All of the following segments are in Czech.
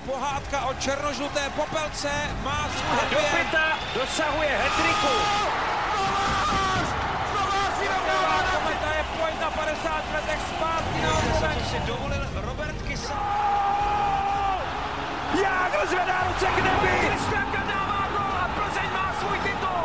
Pohádka o černožluté popelce má svůj happy end. Dopita dosahuje hat-tricku. Kometa je pojď na 50 letech zpátky na obloveň. Si dovolil Robert Kysa. Jágr zvedá ruce k nebi. Kristianka dává gól a Plzeň má svůj titul.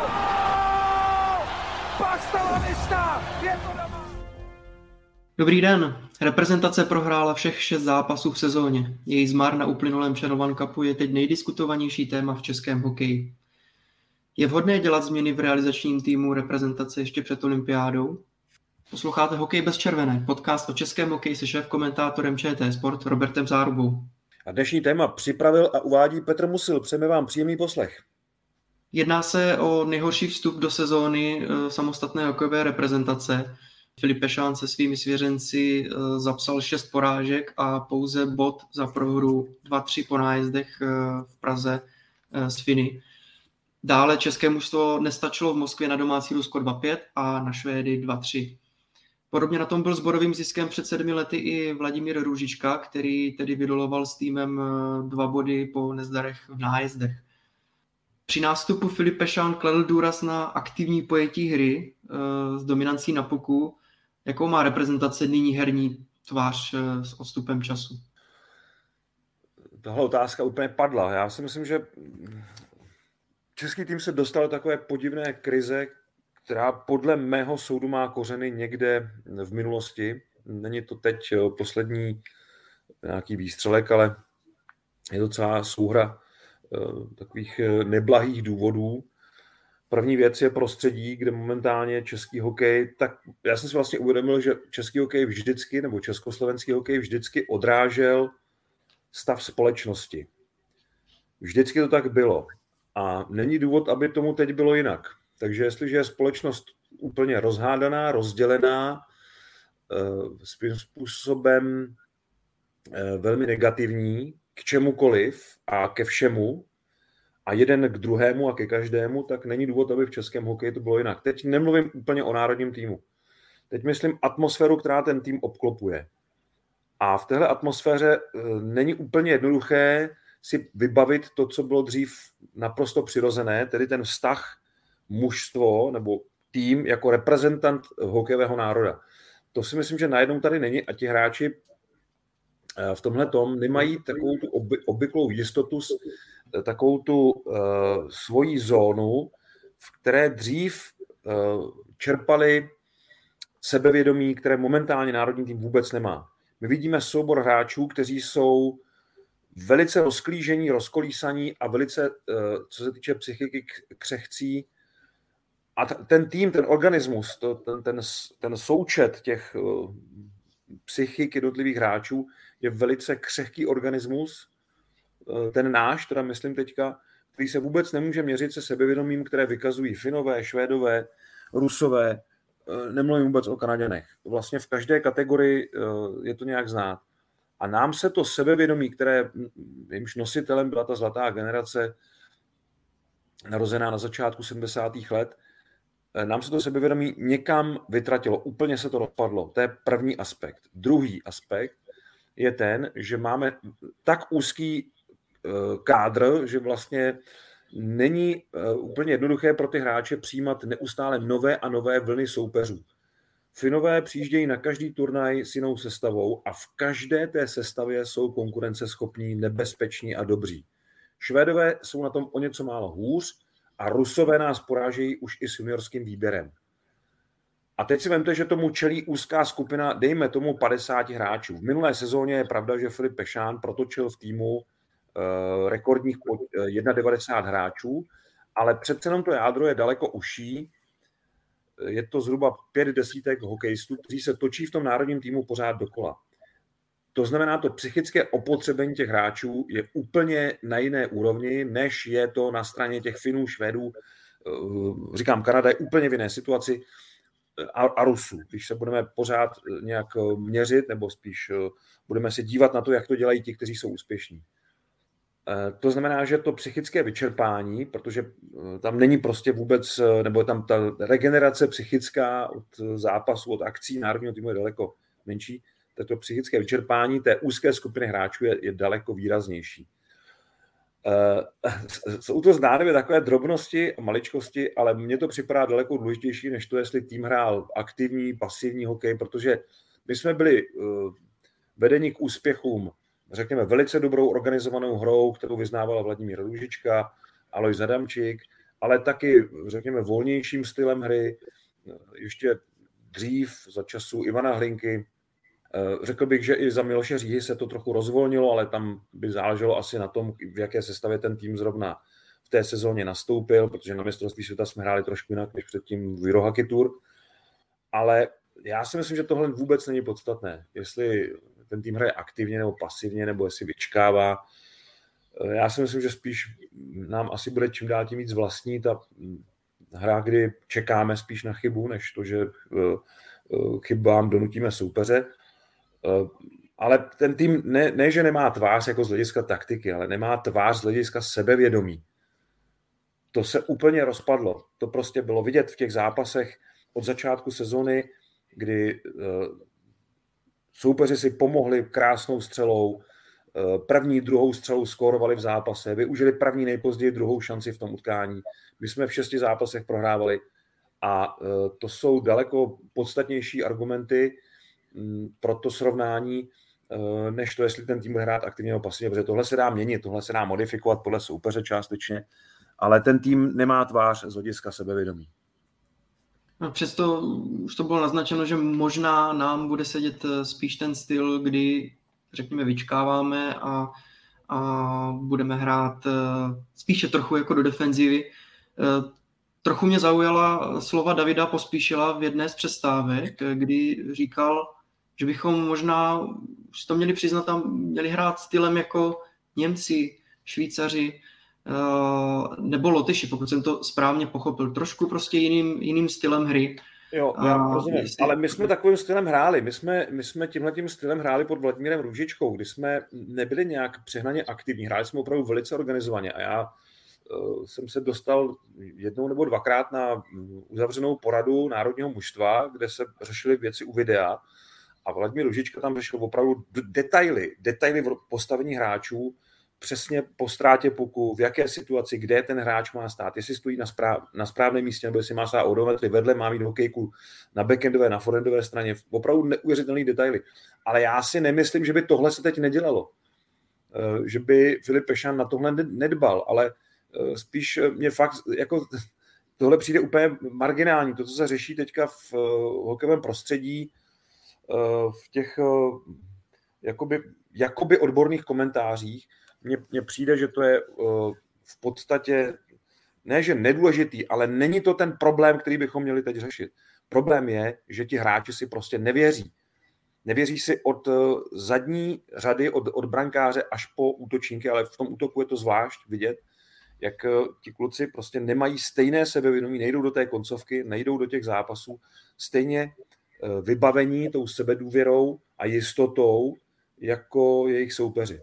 Pastala Vista, je to doma. Dobrý den. Reprezentace prohrála všech 6 zápasů v sezóně. Její zmar na uplynulém Chanovan Cupu je teď nejdiskutovanější téma v českém hokeji. Je vhodné dělat změny v realizačním týmu reprezentace ještě před olympiádou? Posloucháte Hokej bez červené, podcast o českém hokeji se šéf-komentátorem ČT Sport Robertem Zárubou. A dnešní téma připravil a uvádí Petr Musil. Přejeme vám příjemný poslech. Jedná se o nejhorší vstup do sezóny samostatné hokejové reprezentace. Filip Pešán se svými svěřenci zapsal 6 porážek a pouze bod za prohru 2-3 po nájezdech v Praze s Finy. Dále české mužstvo nestačilo v Moskvě na domácí Rusko 2-5 a na Švédy 2-3. Podobně na tom byl sborovým ziskem před 7 lety i Vladimír Růžička, který tedy vydoloval s týmem 2 body po nezdarech v nájezdech. Při nástupu Filip Pešán kladl důraz na aktivní pojetí hry s dominancí na puku. Jakou má reprezentace nyní herní tvář s odstupem času? Tahle otázka úplně padla. Já si myslím, že český tým se dostal do takové podivné krize, která podle mého soudu má kořeny někde v minulosti. Není to teď poslední nějaký výstřelek, ale je to celá souhra takových neblahých důvodů. První věc je prostředí, kde momentálně český hokej, tak já jsem si vlastně uvědomil, že český hokej vždycky, nebo československý hokej vždycky odrážel stav společnosti. Vždycky to tak bylo. A není důvod, aby tomu teď bylo jinak. Takže jestliže je společnost úplně rozhádaná, rozdělená, svým způsobem velmi negativní, k čemukoliv a ke všemu, a jeden k druhému a ke každému, tak není důvod, aby v českém hokeji to bylo jinak. Teď nemluvím úplně o národním týmu. Teď myslím atmosféru, která ten tým obklopuje. A v téhle atmosféře není úplně jednoduché si vybavit to, co bylo dřív naprosto přirozené, tedy ten vztah mužstvo nebo tým jako reprezentant hokejového národa. To si myslím, že najednou tady není a ti hráči v tomhle tom nemají takovou tu obvyklou jistotu, takovou tu svoji zónu, v které dřív čerpali sebevědomí, které momentálně národní tým vůbec nemá. My vidíme soubor hráčů, kteří jsou velice rozklížení, rozkolísaní a velice, co se týče psychiky, křehcí. A ten tým, ten organismus, ten součet těch psychik jednotlivých hráčů je velice křehký organismus. Ten náš, teda myslím teďka, který se vůbec nemůže měřit se sebevědomím, které vykazují Finové, Švédové, Rusové, nemluvím vůbec o Kanaděnech. Vlastně v každé kategorii je to nějak znát. A nám se to sebevědomí, které jejímž nositelem byla ta zlatá generace, narozená na začátku 70. let, nám se to sebevědomí někam vytratilo. Úplně se to rozpadlo. To je první aspekt. Druhý aspekt je ten, že máme tak úzký kádr, že vlastně není úplně jednoduché pro ty hráče přijímat neustále nové a nové vlny soupeřů. Finové přijíždějí na každý turnaj s jinou sestavou a v každé té sestavě jsou konkurenceschopní, nebezpeční a dobří. Švédové jsou na tom o něco málo hůř a Rusové nás porážejí už i s juniorským výběrem. A teď si vemte, že tomu čelí úzká skupina, dejme tomu 50 hráčů. V minulé sezóně je pravda, že Filip Pešán protočil v týmu rekordních 91 hráčů, ale přece jenom to jádro je daleko užší. Je to zhruba 5 desítek hokejistů, kteří se točí v tom národním týmu pořád dokola. To znamená, to psychické opotřebení těch hráčů je úplně na jiné úrovni, než je to na straně těch Finů, Švédů. Říkám, Kanada je úplně v jiné situaci a Rusů. Když se budeme pořád nějak měřit, nebo spíš budeme se dívat na to, jak to dělají ti, kteří jsou úspěšní. To znamená, že to psychické vyčerpání, protože tam není prostě vůbec, nebo tam ta regenerace psychická od zápasu, od akcí národního týmu je daleko menší, to psychické vyčerpání té úzké skupiny hráčů je daleko výraznější. Jsou to zdánlivě takové drobnosti a maličkosti, ale mně to připadá daleko důležitější, než to, jestli tým hrál aktivní, pasivní hokej, protože my jsme byli vedeni k úspěchům, řekněme, velice dobrou organizovanou hrou, kterou vyznávala Vladimír Růžička, Alojz Adamčík, ale taky, řekněme, volnějším stylem hry, ještě dřív za času Ivana Hlinky. Řekl bych, že i za Miloše Říhy se to trochu rozvolnilo, ale tam by záleželo asi na tom, v jaké sestavě ten tým zrovna v té sezóně nastoupil, protože na mistrovství světa jsme hráli trošku jinak než předtím v Eurohockey Tour. Ale já si myslím, že tohle vůbec není podstatné. Jestli ten tým hraje aktivně nebo pasivně, nebo jestli vyčkává. Já si myslím, že spíš nám asi bude čím dál tím víc vlastní ta hra, kdy čekáme spíš na chybu, než to, že chybám donutíme soupeře. Ale ten tým ne, že nemá tvář jako z hlediska taktiky, ale nemá tvář z hlediska sebevědomí. To se úplně rozpadlo. To prostě bylo vidět v těch zápasech od začátku sezony, kdy soupeři si pomohli krásnou střelou, první, druhou střelu skórovali v zápase, využili první, nejpozději druhou šanci v tom utkání. My jsme v 6 zápasech prohrávali a to jsou daleko podstatnější argumenty pro to srovnání, než to, jestli ten tým bude hrát aktivně nebo pasivně, protože tohle se dá měnit, tohle se dá modifikovat podle soupeře částečně, ale ten tým nemá tvář z hlediska sebevědomí. No, přesto už to bylo naznačeno, že možná nám bude sedět spíš ten styl, kdy, řekněme, vyčkáváme a budeme hrát spíše trochu jako do defenzivy. Trochu mě zaujala slova Davida Pospíšila v jedné z přestávek, kdy říkal, že bychom možná, už to měli přiznat, tam měli hrát stylem jako Němci, Švýcaři nebo Lotyši, pokud jsem to správně pochopil. Trošku prostě jiným stylem hry. Jo, já rozumím, ale my jsme takovým stylem hráli. My jsme tímhletím stylem hráli pod Vladimírem Růžičkou, kdy jsme nebyli nějak přehnaně aktivní. Hráli jsme opravdu velice organizovaně a já jsem se dostal jednou nebo dvakrát na uzavřenou poradu národního mužstva, kde se řešily věci u videa a Vladimír Růžička tam řešil opravdu detaily v postavení hráčů, přesně po ztrátě puku, v jaké situaci, kde ten hráč má stát, jestli stojí na správném místě, nebo jestli má stát o 2 metry vedle, má mít hokejku na backendové, na forehandové straně, opravdu neuvěřitelné detaily. Ale já si nemyslím, že by tohle se teď nedělalo. Že by Filip Pešan na tohle nedbal, ale spíš mě fakt, jako tohle přijde úplně marginální. To, co se řeší teďka v hokejovém prostředí, v těch jakoby odborných komentářích, mně přijde, že to je v podstatě ne, že nedůležitý, ale není to ten problém, který bychom měli teď řešit. Problém je, že ti hráči si prostě nevěří. Nevěří si od zadní řady, od brankáře až po útočníky, ale v tom útoku je to zvlášť vidět, jak ti kluci prostě nemají stejné sebevědomí, nejdou do té koncovky, nejdou do těch zápasů, stejně vybavení tou sebedůvěrou a jistotou jako jejich soupeři.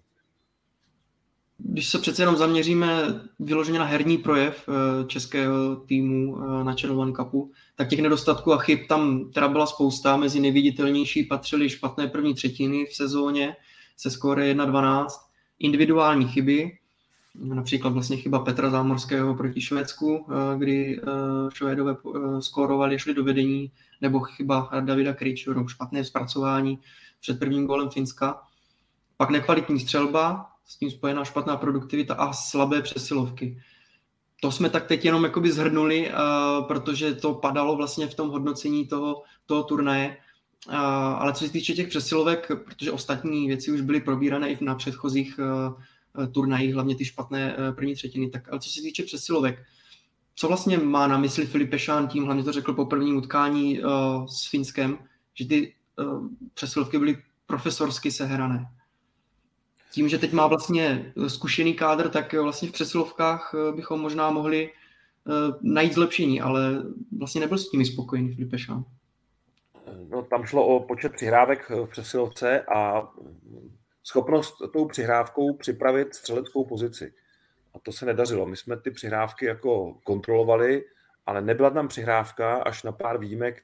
Když se přece jenom zaměříme vyloženě na herní projev českého týmu na Channel One Cupu, tak těch nedostatků a chyb tam teda byla spousta. Mezi nejviditelnější patřily špatné první třetiny v sezóně se skóre 1-12, individuální chyby, například vlastně chyba Petra Zámorského proti Švédsku, kdy Švédové skórovali, šli do vedení, nebo chyba Davida Krejčího, špatné zpracování před prvním gólem Finska. Pak nekvalitní střelba, s tím spojená špatná produktivita a slabé přesilovky. To jsme tak teď jenom jakoby zhrnuli, protože to padalo vlastně v tom hodnocení toho turnaje. Ale co se týče těch přesilovek, protože ostatní věci už byly probírané i na předchozích turnajích, hlavně ty špatné první třetiny, tak ale co se týče přesilovek, co vlastně má na mysli Filip Pešán tím, hlavně to řekl po prvním utkání s Finskem, že ty přesilovky byly profesorsky sehrané. Tím, že teď má vlastně zkušený kádr, tak vlastně v přesilovkách bychom možná mohli najít zlepšení, ale vlastně nebyl s tím spokojený Filip Pešán. No, tam šlo o počet přihrávek v přesilovce a schopnost tou přihrávkou připravit střeleckou pozici. A to se nedařilo. My jsme ty přihrávky jako kontrolovali, ale nebyla tam přihrávka až na pár výjimek.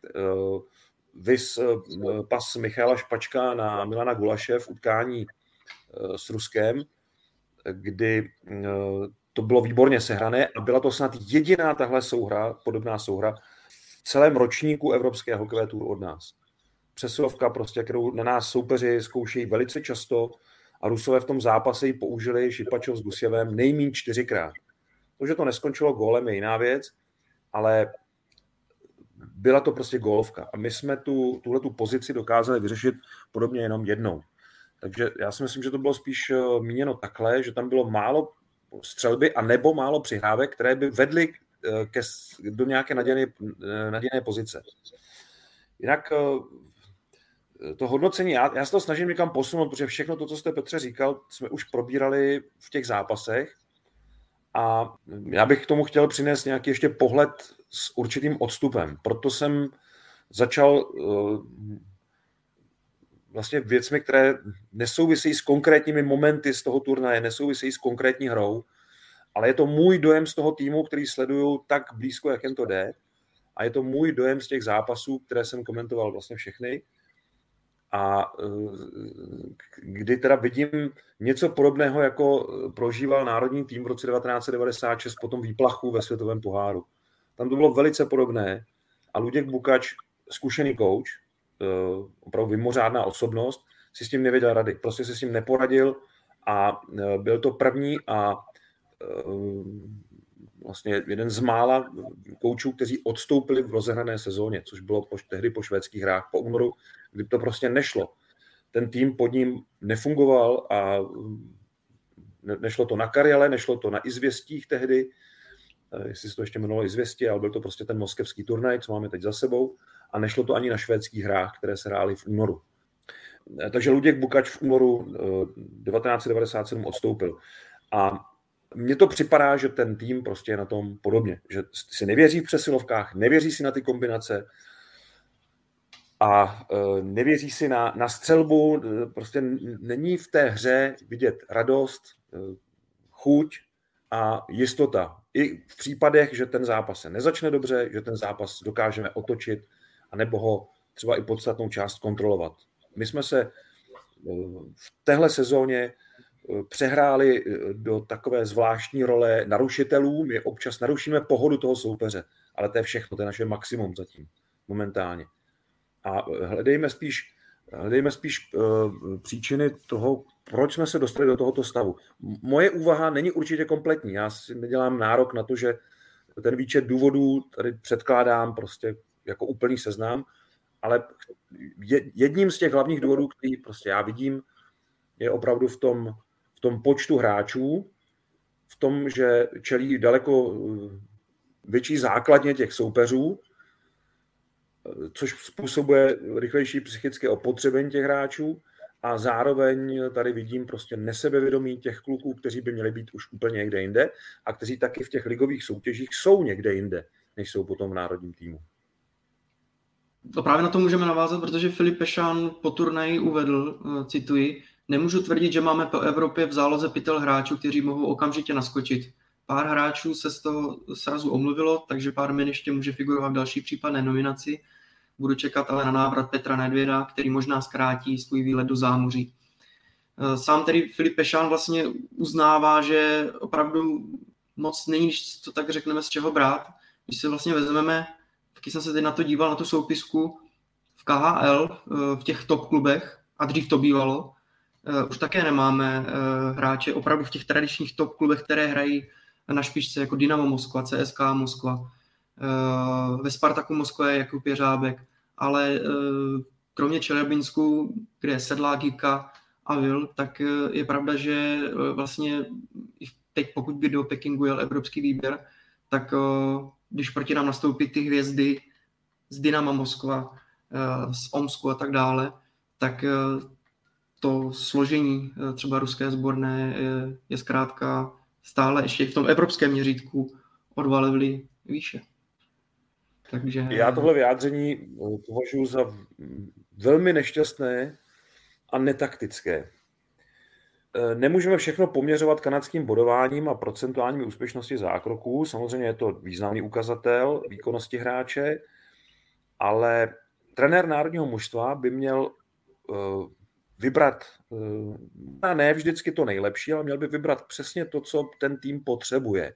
Vys pas Michala Špačka na Milana Gulaše v utkání s Ruskem. kdy to bylo výborně sehrané a byla to snad jediná tahle souhra, podobná souhra v celém ročníku Evropské hokejové tury od nás. Přesilovka prostě, kterou na nás soupeři zkoušejí velice často a Rusové v tom zápase ji použili Šipačov s Gusjevem nejméně 4krát. To, že to neskončilo gólem, je jiná věc, ale byla to prostě gólovka. A my jsme tuhletu pozici dokázali vyřešit podobně jenom jednou. Takže já si myslím, že to bylo spíš míněno takhle, že tam bylo málo střelby a nebo málo přihrávek, které by vedly do nějaké nadějné pozice. Jinak to hodnocení, já se to snažím někam posunout, protože všechno to, co jste, Petře, říkal, jsme už probírali v těch zápasech a já bych k tomu chtěl přinést nějaký ještě pohled s určitým odstupem. Proto jsem začal vlastně věcmi, které nesouvisejí s konkrétními momenty z toho turnaje, nesouvisejí s konkrétní hrou, ale je to můj dojem z toho týmu, který sleduju tak blízko, jak jen to jde, a je to můj dojem z těch zápasů, které jsem komentoval vlastně všechny, a kdy teda vidím něco podobného, jako prožíval národní tým v roce 1996 po tom výplachu ve světovém poháru. Tam to bylo velice podobné a Luděk Bukač, zkušený kouč, opravdu mimořádná osobnost, si s tím nevěděl rady. Prostě si s tím neporadil a byl to první a vlastně jeden z mála koučů, kteří odstoupili v rozehrané sezóně, což bylo tehdy po švédských hrách, po únoru, kdy to prostě nešlo. Ten tým pod ním nefungoval a nešlo to na Karjale, nešlo to na Izvěstích tehdy, jestli se to ještě jmenovalo Izvěstí, ale byl to prostě ten moskevský turnaj, co máme teď za sebou, a nešlo to ani na švédských hrách, které se hrály v únoru. Takže Luděk Bukač v únoru 1997 odstoupil. A mně to připadá, že ten tým prostě je na tom podobně, že si nevěří v přesilovkách, nevěří si na ty kombinace a nevěří si na střelbu, prostě není v té hře vidět radost, chuť a jistota. I v případech, že ten zápas se nezačne dobře, že ten zápas dokážeme otočit, anebo ho třeba i podstatnou část kontrolovat. My jsme se v téhle sezóně přehráli do takové zvláštní role narušitelů. My občas narušíme pohodu toho soupeře, ale to je všechno, to je naše maximum zatím, momentálně. A hledejme spíš příčiny toho, proč jsme se dostali do tohoto stavu. Moje úvaha není určitě kompletní. Já si nedělám nárok na to, že ten výčet důvodů tady předkládám prostě jako úplný seznam, ale jedním z těch hlavních důvodů, který prostě já vidím, je opravdu v tom počtu hráčů, v tom, že čelí daleko větší základně těch soupeřů, což způsobuje rychlejší psychické opotřebení těch hráčů, a zároveň tady vidím prostě nesebevědomí těch kluků, kteří by měli být už úplně někde jinde a kteří taky v těch ligových soutěžích jsou někde jinde, než jsou potom v národním týmu. To právě na to můžeme navázat, protože Filip Pešán po turnaji uvedl, cituji, nemůžu tvrdit, že máme po Evropě v záloze pytel hráčů, kteří mohou okamžitě naskočit. Pár hráčů se z toho srazu omluvilo, takže pár min ještě může figurovat v další případné nominaci. Budu čekat ale na návrat Petra Nedvěda, který možná zkrátí svůj výlet do zámoří. Sám tedy Filip Pešán vlastně uznává, že opravdu moc není, když to tak řekneme, z čeho brát. Když si vlastně vezmeme, taky jsem se teď na to díval, na tu soupisku v KHL, v těch top klubech, a dřív to bývalo, už také nemáme hráče opravdu v těch tradičních top klubech, které hrají na špičce, jako Dynamo Moskva, CSKA Moskva, ve Spartaku Moskva je Jakub Jeřábek, ale kromě Čelebinsku, kde je Sedlák, Jika a Vil, tak je pravda, že vlastně teď, pokud by do Pekingu jel evropský výběr, tak když proti nám nastoupí ty hvězdy z Dynama Moskva, z Omsku a tak dále, tak to složení třeba ruské sborné je zkrátka stále ještě v tom evropském měřítku o 2 levely výše. Takže... Já tohle vyjádření považuji za velmi nešťastné a netaktické. Nemůžeme všechno poměřovat kanadským bodováním a procentuálními úspěšnosti zákroků. Samozřejmě je to významný ukazatel výkonnosti hráče, ale trenér národního mužstva by měl vybrat, ne vždycky to nejlepší, ale měl by vybrat přesně to, co ten tým potřebuje.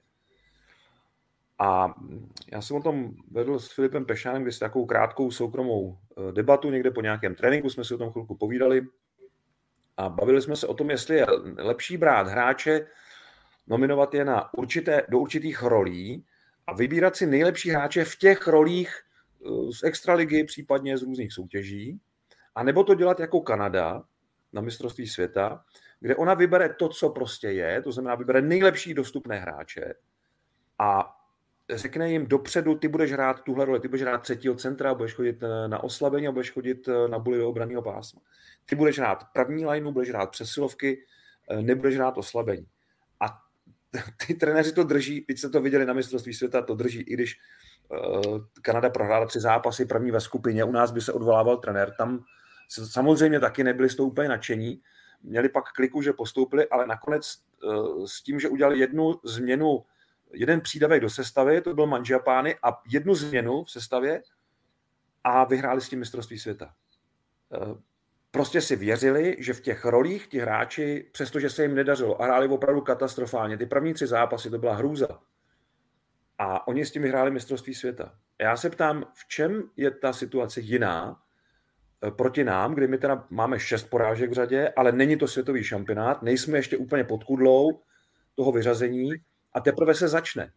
A já jsem o tom vedl s Filipem Pešánem kdysi takovou krátkou soukromou debatu, někde po nějakém tréninku jsme si o tom chvilku povídali a bavili jsme se o tom, jestli je lepší brát hráče, nominovat je do určitých rolí a vybírat si nejlepší hráče v těch rolích z extraligy, případně z různých soutěží, a nebo to dělat jako Kanada na mistrovství světa, kde ona vybere to, co prostě je, to znamená vybere nejlepší dostupné hráče a řekne jim dopředu, ty budeš hrát tuhle roli, ty budeš hrát třetího centra, budeš chodit na oslabení a budeš chodit na buly do obranného pásma. Ty budeš hrát první lineu, budeš hrát přesilovky, nebudeš hrát oslabení. A ty trenéři to drží, teď jste to viděli na mistrovství světa, to drží, i když Kanada prohrála 3 zápasy, první ve skupině, u nás by se odvolával trenér, tam samozřejmě taky nebyli z toho úplně nadšení, měli pak kliku, že postoupili, ale nakonec s tím, že udělali jednu změnu, jeden přídavek do sestavy, to byl Mangiapane, a jednu změnu v sestavě a vyhráli s tím mistrovství světa. Prostě si věřili, že v těch rolích ti hráči, přestože se jim nedařilo a hráli opravdu katastrofálně, ty první 3 zápasy, to byla hrůza. A oni s tím vyhráli mistrovství světa. Já se ptám, v čem je ta situace jiná proti nám, kdy my teda máme 6 porážek v řadě, ale není to světový šampionát, nejsme ještě úplně pod kudlou toho vyřazení a teprve se začne.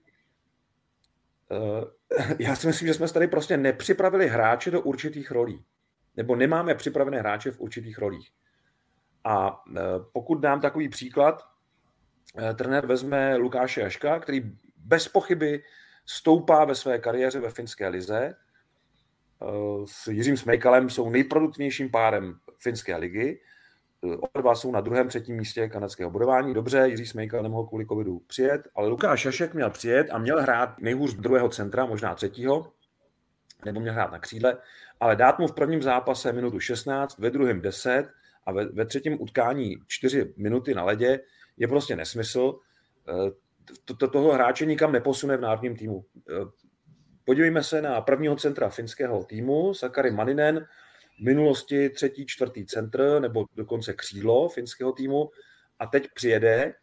Já si myslím, že jsme tady prostě nepřipravili hráče do určitých rolí. Nebo nemáme připravené hráče v určitých rolích. A pokud dám takový příklad, trenér vezme Lukáše Jaška, který bez pochyby stoupá ve své kariéře ve finské lize. S Jiřím Smejkalem jsou nejproduktivnějším párem finské ligy. Oba dva jsou na 2., 3. místě kanadského bodování. Dobře, Jiří Smejkal nemohl kvůli covidu přijet, ale Lukáš Jašek měl přijet a měl hrát nejhůř 2. centra, možná 3., nebo měl hrát na křídle, ale dát mu v prvním zápase minutu 16, ve druhém 10 a ve 3. utkání 4 minuty na ledě je prostě nesmysl. Toho hráče nikam neposune v národním týmu. Podívejme se na prvního centra finského týmu, Sakari Maninen, v minulosti 3., 4. centr nebo dokonce křídlo finského týmu a teď přijede,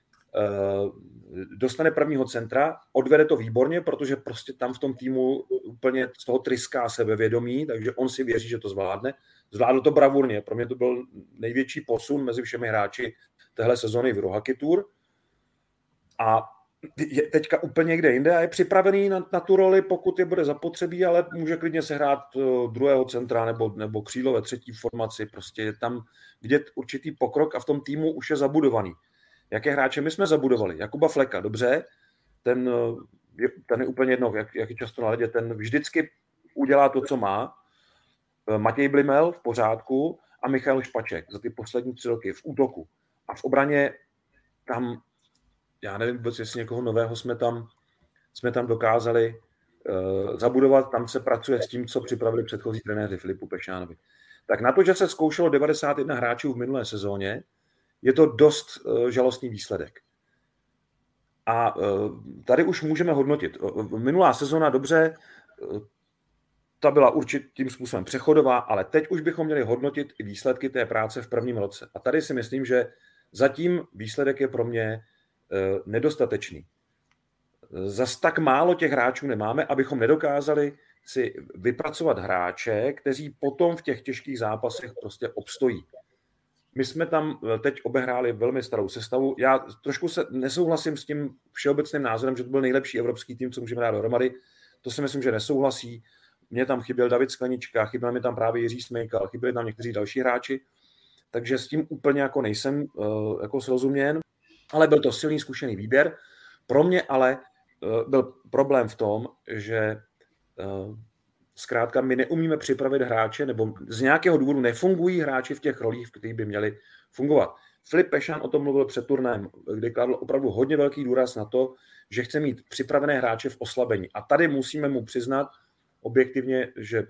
dostane prvního centra, odvede to výborně, protože prostě tam v tom týmu úplně z toho tryská sebevědomí, takže on si věří, že to zvládne. Zvládl to bravurně, pro mě to byl největší posun mezi všemi hráči téhle sezony v Rohockey Tour a je teďka úplně někde jinde a je připravený na tu roli, pokud je bude zapotřebí, ale může klidně sehrát 2. centra nebo křídlo ve 3. formaci. Prostě je tam vidět určitý pokrok a v tom týmu už je zabudovaný. Jaké hráče my jsme zabudovali? Jakuba Fleka, dobře, ten je úplně jedno, jak je často na ledě, ten vždycky udělá to, co má. Matěj Blimel v pořádku a Michal Špaček za ty poslední 3 roky v útoku. A v obraně tam já nevím vůbec, jestli někoho nového jsme tam dokázali zabudovat, tam se pracuje s tím, co připravili předchozí trenéři Filipu Pešánovi. Tak na to, že se zkoušelo 91 hráčů v minulé sezóně, je to dost žalostný výsledek. A tady už můžeme hodnotit. Minulá sezóna dobře, ta byla určitým způsobem přechodová, ale teď už bychom měli hodnotit i výsledky té práce v prvním roce. A tady si myslím, že zatím výsledek je pro mě nedostatečný. Zas tak málo těch hráčů nemáme, abychom nedokázali si vypracovat hráče, kteří potom v těch těžkých zápasech prostě obstojí. My jsme tam teď obehráli velmi starou sestavu. Já trošku se nesouhlasím s tím všeobecným názorem, že to byl nejlepší evropský tým, co můžeme dát dohromady. To si myslím, že nesouhlasí. Mně tam chyběl David Sklenička, chyběl mi tam právě Jiří Smejkal, chyběli tam někteří další hráči, takže s tím úplně jako nejsem jako srozuměn. Ale byl to silný, zkušený výběr. Pro mě ale byl problém v tom, že zkrátka my neumíme připravit hráče, nebo z nějakého důvodu nefungují hráči v těch rolích, v kterých by měli fungovat. Filip Pešán o tom mluvil před turnajem, kdy kladl opravdu hodně velký důraz na to, že chce mít připravené hráče v oslabení. A tady musíme mu přiznat objektivně, že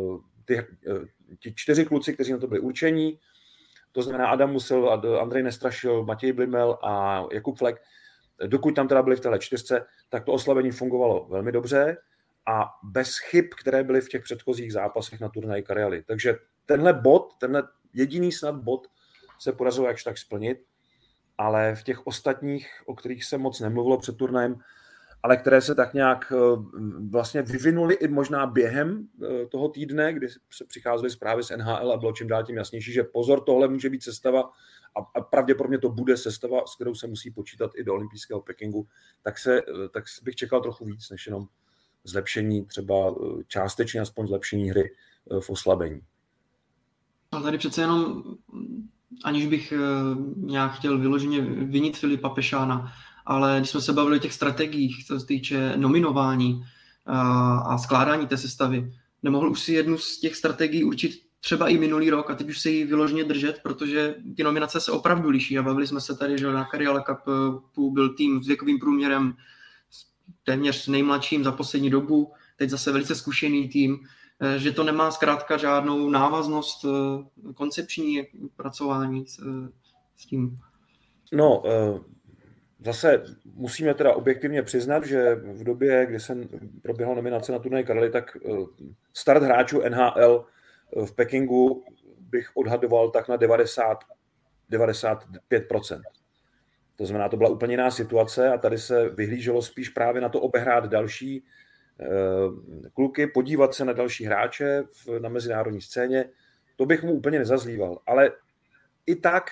ti 4 kluci, kteří na to byli určení, to znamená Adam Musil, Andrej Nestrašil, Matěj Blimel a Jakub Flek, dokud tam teda byli v téhle 4, tak to oslabení fungovalo velmi dobře a bez chyb, které byly v těch předchozích zápasech na turnaji Karjaly. Takže tenhle bod, jediný snad bod se podařilo jakž tak splnit, ale v těch ostatních, o kterých se moc nemluvilo před turnajem, ale které se tak nějak vlastně vyvinuly i možná během toho týdne, kdy se přicházely zprávy z NHL a bylo čím dál tím jasnější, že pozor, tohle může být sestava a pravděpodobně to bude sestava, s kterou se musí počítat i do olympijského Pekingu, tak bych čekal trochu víc, než jenom zlepšení, třeba částečně aspoň zlepšení hry v oslabení. Ale tady přece jenom, aniž bych nějak chtěl vyloženě vinit Filipa Pešána, ale když jsme se bavili o těch strategiích, co se týče nominování a skládání té sestavy, nemohl už si jednu z těch strategií určit třeba i minulý rok a teď už se jí vyloženě držet, protože ty nominace se opravdu liší a bavili jsme se tady, že na Karjala Cupu byl tým s věkovým průměrem téměř nejmladším za poslední dobu, teď zase velice zkušený tým, že to nemá zkrátka žádnou návaznost koncepční pracování s tím. No, zase musíme teda objektivně přiznat, že v době, kdy jsem proběhla nominace na turnaj Karely, tak start hráčů NHL v Pekingu bych odhadoval tak na 95%. To znamená, to byla úplně jiná situace a tady se vyhlíželo spíš právě na to obehrát další kluky, podívat se na další hráče na mezinárodní scéně. To bych mu úplně nezazlíval. Ale i tak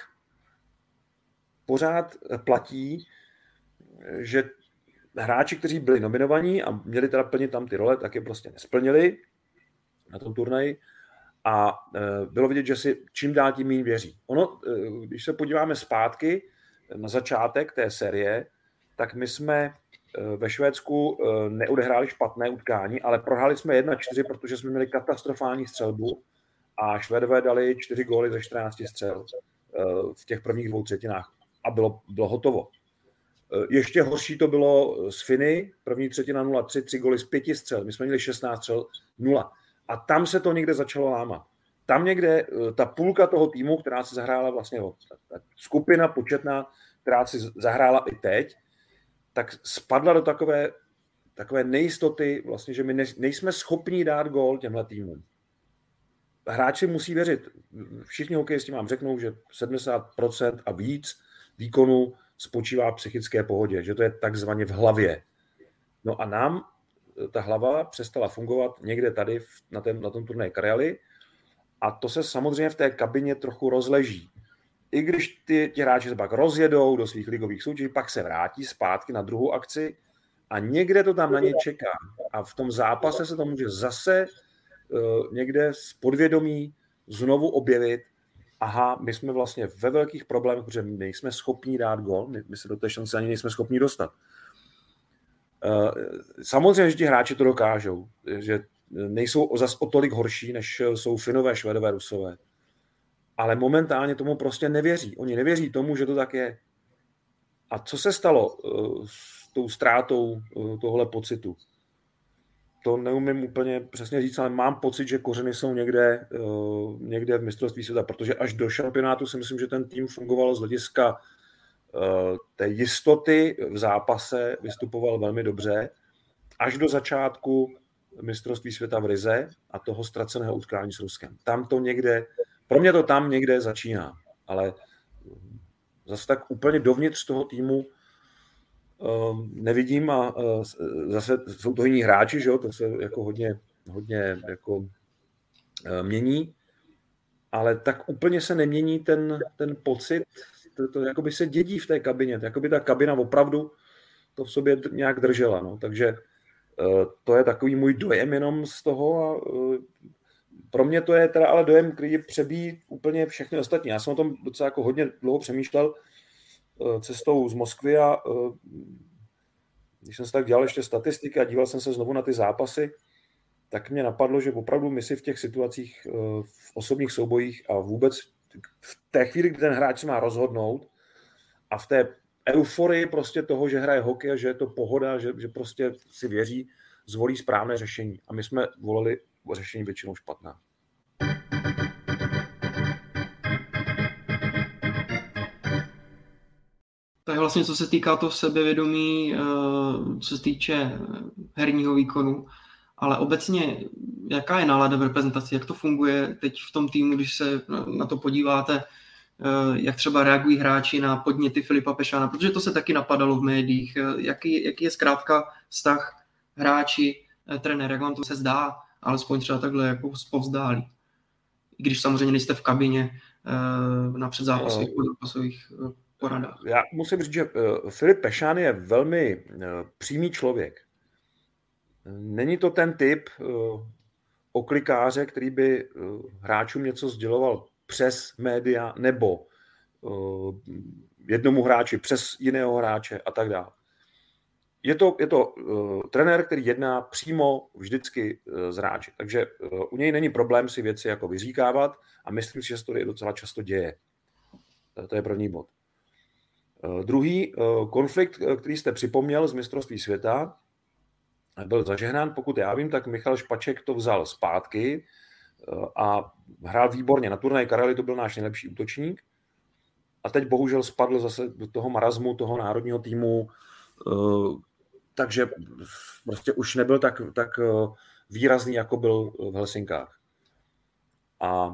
pořád platí, že hráči, kteří byli nominovaní a měli teda plnit tam ty role, tak je prostě nesplnili na tom turnaji a bylo vidět, že si čím dál tím méně věří. Ono, když se podíváme zpátky na začátek té série, tak my jsme ve Švédsku neodehráli špatné utkání, ale prohráli jsme 1-4, protože jsme měli katastrofální střelbu a Švédové dali 4 góly ze 14 střel v těch prvních 2 třetinách a bylo hotovo. Ještě horší to bylo s Finy, první třetina 0-3, 3 góly z 5 střel. My jsme měli 16 střel, 0. A tam se to někde začalo lámat. Tam někde ta půlka toho týmu, která se zahrála vlastně, ta skupina početná, která si zahrála i teď, tak spadla do takové nejistoty, vlastně, že my nejsme schopni dát gól těmhle týmům. Hráči musí věřit. Všichni hokejisti vám řeknou, že 70% a víc výkonu spočívá v psychické pohodě, že to je takzvaně v hlavě. No a nám ta hlava přestala fungovat někde tady na tom turnaji Karjaly a to se samozřejmě v té kabině trochu rozleží. I když ti hráči se pak rozjedou do svých ligových soutěží, pak se vrátí zpátky na druhou akci a někde to tam na ně čeká. A v tom zápase se to může zase někde z podvědomí znovu objevit. Aha, my jsme vlastně ve velkých problémech, protože my nejsme schopni dát gól, my se do té šance ani nejsme schopni dostat. Samozřejmě, že ti hráči to dokážou, že nejsou zas o tolik horší, než jsou Finové, Švédové, Rusové. Ale momentálně tomu prostě nevěří. Oni nevěří tomu, že to tak je. A co se stalo s tou ztrátou tohle pocitu? To neumím úplně přesně říct, ale mám pocit, že kořeny jsou někde v mistrovství světa, protože až do šampionátu si myslím, že ten tým fungoval z hlediska té jistoty v zápase, vystupoval velmi dobře, až do začátku mistrovství světa v Rize a toho ztraceného utkání s Ruskem. Tam to někde, pro mě to tam někde začíná, ale zase tak úplně dovnitř toho týmu nevidím a zase jsou to jiní hráči, že jo? To se jako hodně jako mění, ale tak úplně se nemění ten pocit, to jakoby se dědí v té kabině, jakoby ta kabina opravdu to v sobě nějak držela, no, takže to je takový můj dojem jenom z toho a pro mě to je teda ale dojem, který přebíjí úplně všechny ostatní. Já jsem o tom docela jako hodně dlouho přemýšlel cestou z Moskvy a když jsem si tak dělal ještě statistiky a díval jsem se znovu na ty zápasy, tak mě napadlo, že opravdu my si v těch situacích, v osobních soubojích a vůbec v té chvíli, kdy ten hráč se má rozhodnout a v té euforii prostě toho, že hraje hokej a že je to pohoda, že prostě si věří, zvolí správné řešení. A my jsme volili řešení většinou špatná. Tak vlastně, co se týká toho sebevědomí, co se týče herního výkonu ale obecně, jaká je nálada v reprezentaci, jak to funguje teď v tom týmu, když se na to podíváte, jak třeba reagují hráči na podněty Filipa Pešána, protože to se taky napadalo v médiích, jaký je zkrátka vztah hráči, trenér, jak vám to se zdá, alespoň třeba takhle jako povzdálí. I když samozřejmě nejste v kabině na předzápasových poradách. Já musím říct, že Filip Pešán je velmi přímý člověk. Není to ten typ oklikáře, který by hráčům něco sděloval přes média nebo jednomu hráči přes jiného hráče a tak dále. Je to trenér, který jedná přímo vždycky s hráči. Takže u něj není problém si věci jako vyříkávat a myslím si, že se to docela často děje. To je první bod. Druhý konflikt, který jste připomněl z mistrovství světa, byl zažehnán, pokud já vím, tak Michal Špaček to vzal zpátky a hrál výborně. Na turnaji Karely to byl náš nejlepší útočník a teď bohužel spadl zase do toho marazmu toho národního týmu, takže prostě už nebyl tak výrazný, jako byl v Helsinkách. A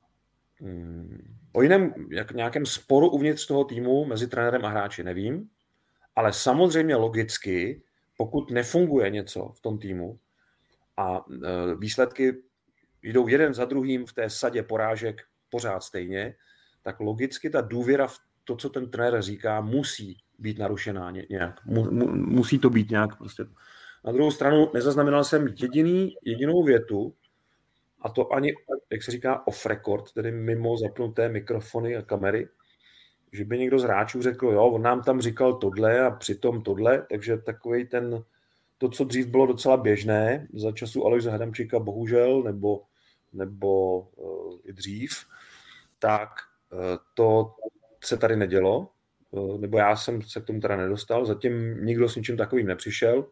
o jiném nějakém sporu uvnitř toho týmu mezi trenérem a hráči nevím, ale samozřejmě logicky, pokud nefunguje něco v tom týmu a výsledky jdou jeden za druhým v té sadě porážek pořád stejně, tak logicky ta důvěra v to, co ten trenér říká, musí být narušená nějak. Musí to být nějak prostě. Na druhou stranu nezaznamenal jsem jedinou větu, a to ani, jak se říká, off record, tedy mimo zapnuté mikrofony a kamery, že by někdo z hráčů řekl, jo, on nám tam říkal tohle a přitom tohle, takže takovej to, co dřív bylo docela běžné, za času Alojze Hadamčíka bohužel, nebo i dřív, tak to se tady nedělo, nebo já jsem se k tomu teda nedostal, zatím nikdo s ničím takovým nepřišel.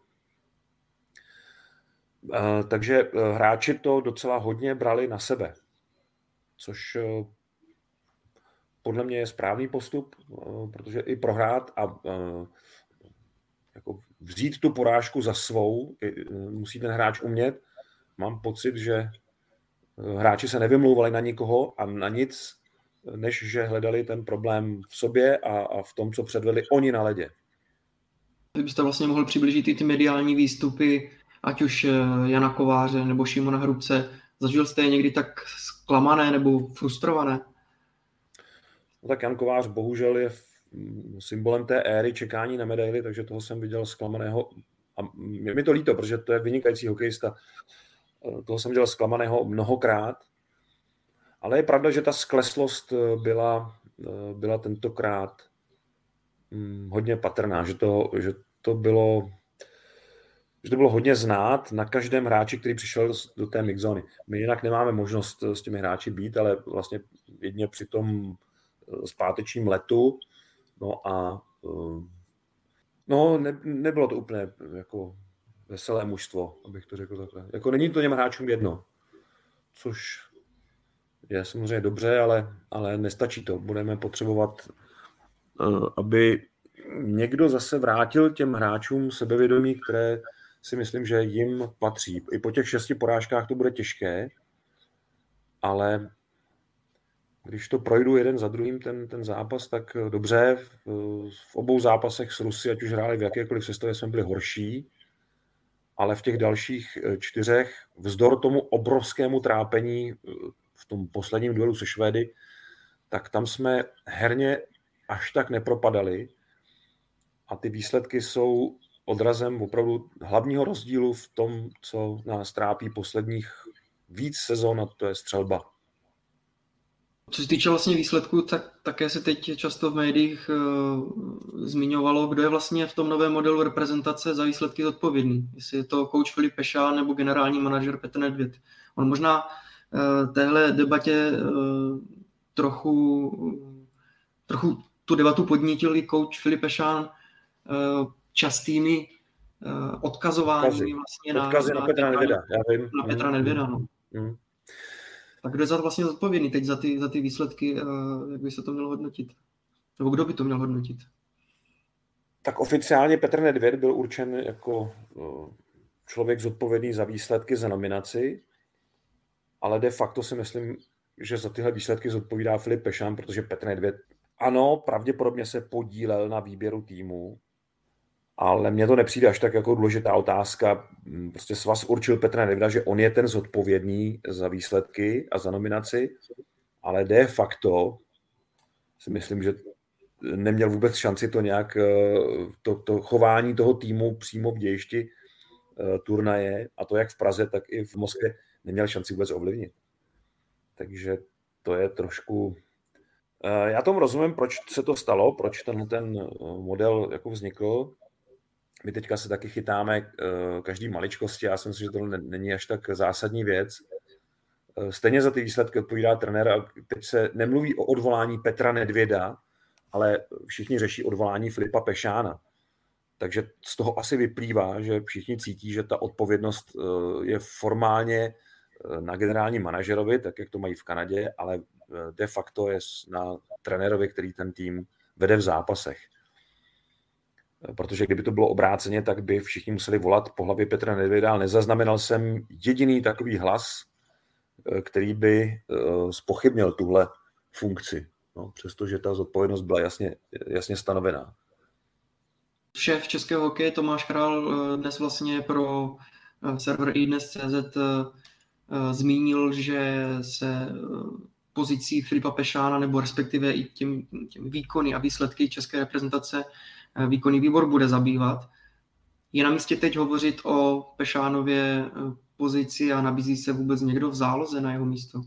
Takže hráči to docela hodně brali na sebe, což podle mě je správný postup, protože i prohrát a jako vzít tu porážku za svou musí ten hráč umět. Mám pocit, že hráči se nevymlouvali na nikoho a na nic, než že hledali ten problém v sobě a v tom, co předvedli oni na ledě. Vy byste vlastně mohl přiblížit i ty mediální výstupy, ať už Jana Kováře nebo Šimona Hrubce. Zažil jste je někdy tak zklamané nebo frustrované? No tak Jan Kovář bohužel je symbolem té éry čekání na medaili, takže toho jsem viděl zklamaného. A je mi to líto, protože to je vynikající hokejista. Toho jsem viděl zklamaného mnohokrát. Ale je pravda, že ta skleslost byla tentokrát hodně patrná, že to bylo hodně znát na každém hráči, který přišel do té mixzóny. My jinak nemáme možnost s těmi hráči být, ale vlastně jedině při tom zpátečním letu. Nebylo to úplně jako veselé mužstvo, abych to řekl takhle. Jako není to těm hráčům jedno, což je samozřejmě dobře, ale nestačí to. Budeme potřebovat, aby někdo zase vrátil těm hráčům sebevědomí, které si myslím, že jim patří. I po těch 6 porážkách to bude těžké, ale když to projdu jeden za druhým ten zápas, tak dobře. V obou zápasech s Rusy, ať už hráli v jakékoliv sestavě, jsme byli horší, ale v těch dalších 4, vzdor tomu obrovskému trápení v tom posledním duelu se Švédy, tak tam jsme herně až tak nepropadali a ty výsledky jsou odrazem opravdu hlavního rozdílu v tom, co nás trápí posledních víc sezon, a to je střelba. Co se týče vlastně výsledků, tak také se teď často v médiích zmiňovalo, kdo je vlastně v tom novém modelu reprezentace za výsledky zodpovědný. Jestli je to coach Filip Pešán nebo generální manažer Petr Nedvěd. On možná téhle debatě trochu tu debatu podnítil i coach Filip Pešán častými odkazováními vlastně na Petra Nedvěda. Na Petra Nedvěda, no. Tak kdo je vlastně zodpovědný teď za ty výsledky, jak by se to mělo hodnotit? Nebo kdo by to měl hodnotit? Tak oficiálně Petr Nedvěd byl určen jako člověk zodpovědný za výsledky, za nominaci, ale de facto si myslím, že za tyhle výsledky zodpovídá Filip Pešan, protože Petr Nedvěd, ano, pravděpodobně se podílel na výběru týmu, ale mně to nepřijde až tak jako důležitá otázka. Prostě svaz určil Petra Nedvěda, že on je ten zodpovědný za výsledky a za nominaci, ale de facto si myslím, že neměl vůbec šanci to nějak, to chování toho týmu přímo v dějišti turnaje, a to jak v Praze, tak i v Moskvě, neměl šanci vůbec ovlivnit. Takže to je trošku... Já tomu rozumím, proč se to stalo, proč ten model jako vznikl. My teďka se taky chytáme každý maličkosti, já si myslím, že to není až tak zásadní věc. Stejně za ty výsledky odpovídá trenér a teď se nemluví o odvolání Petra Nedvěda, ale všichni řeší odvolání Filipa Pešána. Takže z toho asi vyplývá, že všichni cítí, že ta odpovědnost je formálně na generálním manažerovi, tak jak to mají v Kanadě, ale de facto je na trenérovi, který ten tým vede v zápasech. Protože kdyby to bylo obráceně, tak by všichni museli volat po hlavě Petra Nedvěda, ale nezaznamenal jsem jediný takový hlas, který by zpochybnil tuhle funkci. No, přestože ta zodpovědnost byla jasně stanovená. Šéf českého hokeje Tomáš Král dnes vlastně pro server iDnes.cz zmínil, že se pozicí Filipa Pešána, nebo respektive i těm výkony a výsledky české reprezentace výkonný výbor bude zabývat. Je na místě teď hovořit o Pešánově pozici a nabízí se vůbec někdo v záloze na jeho místo?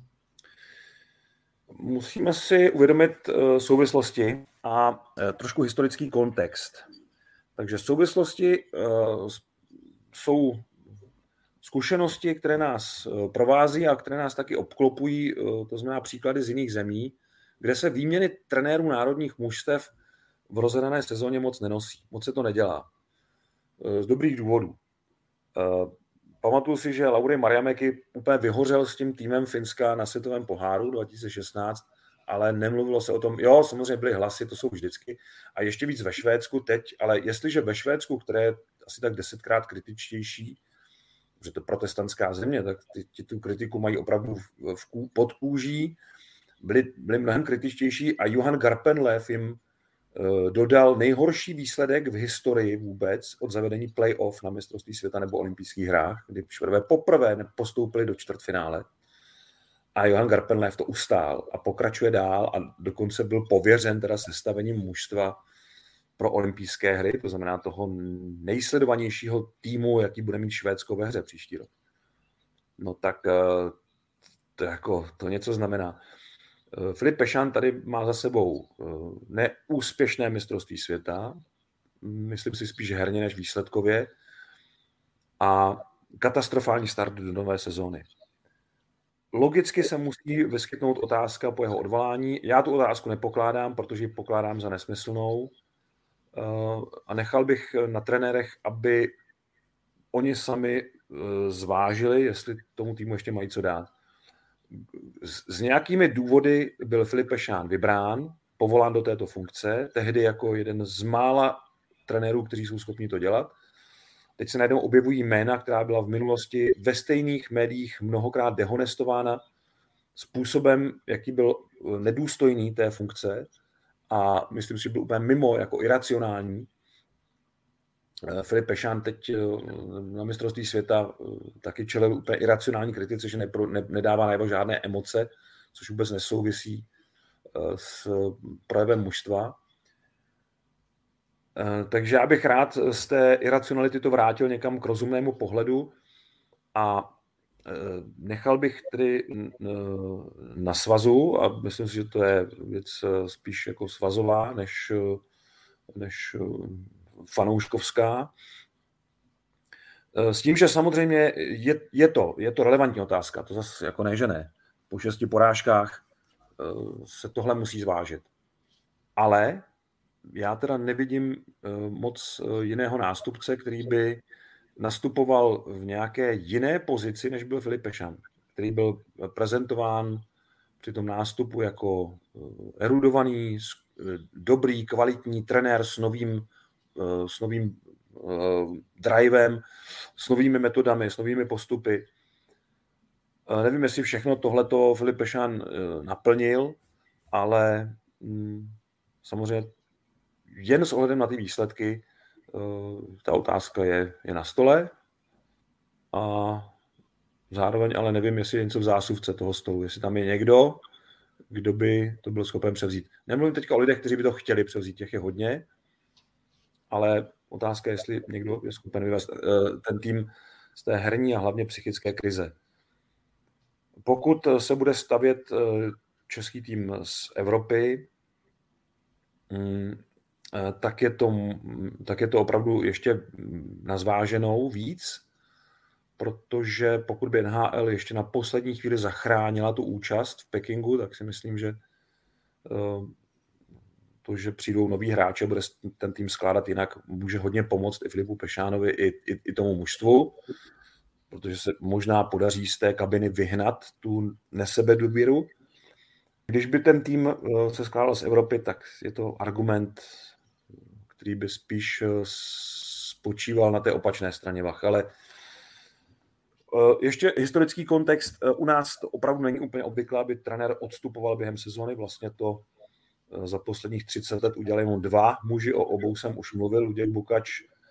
Musíme si uvědomit souvislosti a trošku historický kontext. Takže souvislosti jsou zkušenosti, které nás provází a které nás taky obklopují, to znamená příklady z jiných zemí, kde se výměny trenérů národních mužstev v rozhrané sezóně moc nenosí. Moc se to nedělá. Z dobrých důvodů. Pamatuju si, že Lauri Marjamäki úplně vyhořel s tím týmem Finska na světovém poháru 2016, ale nemluvilo se o tom. Jo, samozřejmě byly hlasy, to jsou vždycky. A ještě víc ve Švédsku teď, ale jestliže ve Švédsku, které je asi tak 10krát kritičtější, protože to je protestantská země, tak ti tu kritiku mají opravdu pod kůží, byli mnohem kritičtější a Johan Garpenlev jim dodal nejhorší výsledek v historii vůbec od zavedení play-off na mistrovství světa nebo olympijských hrách, kdy Švédové poprvé postoupili do čtvrtfinále. A Johan Garpenlev to ustál a pokračuje dál a dokonce byl pověřen teda sestavením mužstva pro olympijské hry, to znamená toho nejsledovanějšího týmu, jaký bude mít Švédsko ve hře příští rok. No tak to něco znamená. Filip Pešan tady má za sebou neúspěšné mistrovství světa, myslím si spíš herně než výsledkově, a katastrofální start do nové sezóny. Logicky se musí vyskytnout otázka po jeho odvolání. Já tu otázku nepokládám, protože ji pokládám za nesmyslnou a nechal bych na trenérech, aby oni sami zvážili, jestli tomu týmu ještě mají co dát. S nějakými důvody byl Filip Pešán vybrán, povolán do této funkce, tehdy jako jeden z mála trenérů, kteří jsou schopni to dělat. Teď se najednou objevují jména, která byla v minulosti ve stejných médiích mnohokrát dehonestována způsobem, jaký byl nedůstojný té funkce a myslím si, že byl úplně mimo, jako iracionální. Filip Pešán teď na mistrovství světa taky čelil úplně iracionální kritice, že nedává najevo žádné emoce, což vůbec nesouvisí s projevem mužstva. Takže já bych rád z té iracionality to vrátil někam k rozumnému pohledu a nechal bych tedy na svazu, a myslím si, že to je věc spíš jako svazová, než fanouškovská. S tím, že samozřejmě je to relevantní otázka, to zase jako ne, že ne. Po 6 porážkách se tohle musí zvážit. Ale já teda nevidím moc jiného nástupce, který by nastupoval v nějaké jiné pozici, než byl Filip Pešan, který byl prezentován při tom nástupu jako erudovaný, dobrý, kvalitní trenér s novým drivem, s novými metodami, s novými postupy. Nevím, jestli všechno tohleto Filip Pešán naplnil, ale samozřejmě jen s ohledem na ty výsledky ta otázka je na stole a zároveň ale nevím, jestli je něco v zásuvce toho stolu, jestli tam je někdo, kdo by to byl schopen převzít. Nemluvím teďka o lidech, kteří by to chtěli převzít, těch je hodně, ale otázka je, jestli někdo je schopen vyvést ten tým z té herní a hlavně psychické krize. Pokud se bude stavět český tým z Evropy, tak je to opravdu ještě na zváženou víc, protože pokud by NHL ještě na poslední chvíli zachránila tu účast v Pekingu, tak si myslím, že to, že přijdou noví hráči a bude ten tým skládat jinak, může hodně pomoct i Filipu Pešánovi, i tomu mužstvu, protože se možná podaří z té kabiny vyhnat tu nesebedůvěru. Když by ten tým se skládal z Evropy, tak je to argument, který by spíš spočíval na té opačné straně vah. Ale ještě historický kontext. U nás to opravdu není úplně obvyklé, aby trenér odstupoval během sezóny. Vlastně to za posledních 30 let udělali jenom 2 muži, o obou jsem už mluvil. Luděk Bukač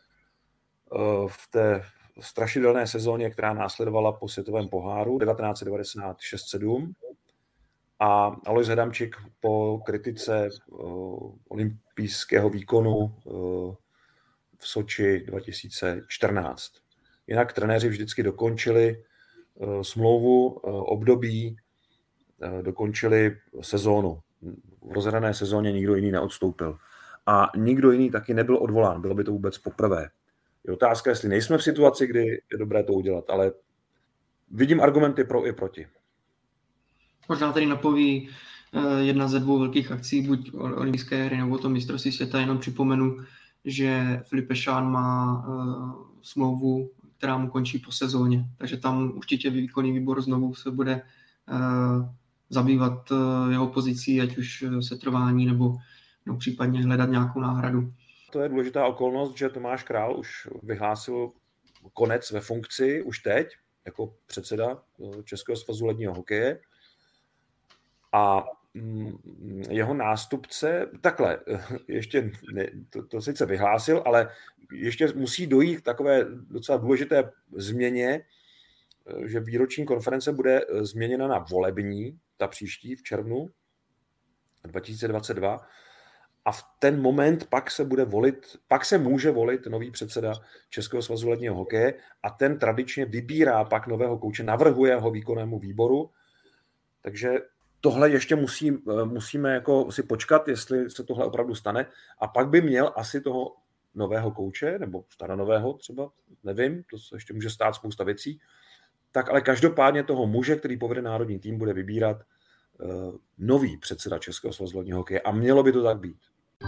v té strašidelné sezóně, která následovala po světovém poháru 1996-7 a Alojz Hadamčík po kritice olympijského výkonu v Soči 2014. Jinak trenéři vždycky dokončili smlouvu, období, dokončili sezónu. V rozhrané sezóně nikdo jiný neodstoupil. A nikdo jiný taky nebyl odvolán. Bylo by to vůbec poprvé. Je otázka, jestli nejsme v situaci, kdy je dobré to udělat, ale vidím argumenty pro i proti. Možná tady napoví jedna ze 2 velkých akcí, buď olympijské hry nebo to mistrovství světa. Jenom připomenu, že Filip Pešán má smlouvu, která mu končí po sezóně. Takže tam určitě výkonný výbor znovu se bude zabývat jeho pozicí, ať už setrvání nebo případně hledat nějakou náhradu. To je důležitá okolnost, že Tomáš Král už vyhlásil konec ve funkci už teď, jako předseda Českého svazu ledního hokeje. A jeho nástupce, takhle, ještě ne, to sice vyhlásil, ale ještě musí dojít k takové docela důležité změně, že výroční konference bude změněna na volební, ta příští v červnu 2022. A v ten moment pak se může volit nový předseda Českého svazu ledního hokeje a ten tradičně vybírá pak nového kouče, navrhuje ho výkonnému výboru. Takže tohle ještě musíme jako si počkat, jestli se tohle opravdu stane. A pak by měl asi toho nového kouče, nebo staronového třeba, nevím, to se ještě může stát spousta věcí. Tak ale každopádně toho muže, který povede národní tým, bude vybírat nový předseda Českého svazu ledního hokeje. A mělo by to tak být.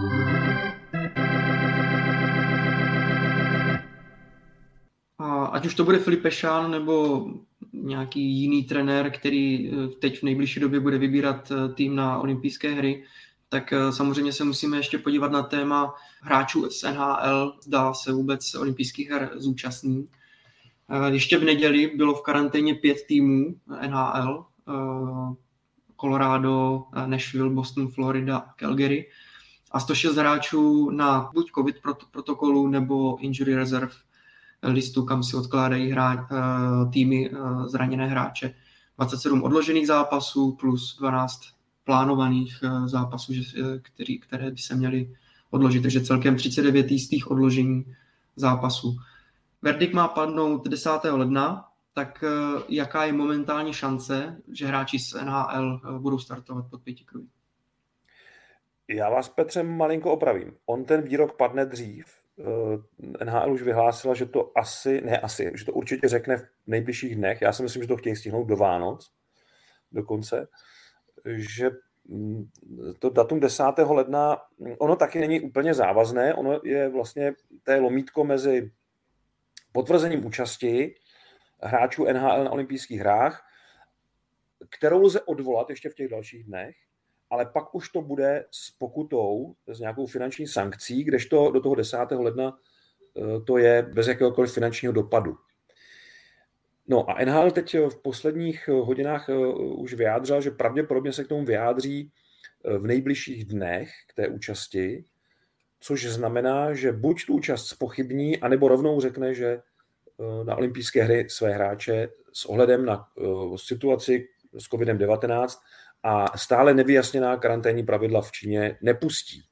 A ať už to bude Filip Pešán nebo nějaký jiný trenér, který teď v nejbližší době bude vybírat tým na olympijské hry, tak samozřejmě se musíme ještě podívat na téma hráčů z NHL, zda se vůbec olympijských her zúčastní. Ještě v neděli bylo v karanténě 5 týmů NHL, Colorado, Nashville, Boston, Florida a Calgary a 106 hráčů na buď COVID protokolu nebo injury reserve listu, kam si odkládají týmy zraněné hráče. 27 odložených zápasů plus 12 plánovaných zápasů, které by se měly odložit, takže celkem 39 jistých odložení zápasů. Verdikt má padnout 10. ledna, tak jaká je momentální šance, že hráči z NHL budou startovat pod 5 kruhy? Já vás, Petře, malinko opravím. On ten výrok padne dřív. NHL už vyhlásila, že to že to určitě řekne v nejbližších dnech. Já si myslím, že to chtějí stihnout do Vánoc dokonce, že to datum 10. ledna, ono taky není úplně závazné, ono je vlastně té lomítko mezi potvrzením účasti hráčů NHL na olympijských hrách, kterou lze odvolat ještě v těch dalších dnech, ale pak už to bude s pokutou, s nějakou finanční sankcí, kdežto do toho 10. ledna to je bez jakéhokoliv finančního dopadu. No a NHL teď v posledních hodinách už vyjádřil, že pravděpodobně se k tomu vyjádří v nejbližších dnech k té účasti, což znamená, že buď tu účast zpochybní, anebo rovnou řekne, že na olympijské hry své hráče s ohledem na situaci s COVID-19 a stále nevyjasněná karanténní pravidla v Číně nepustí.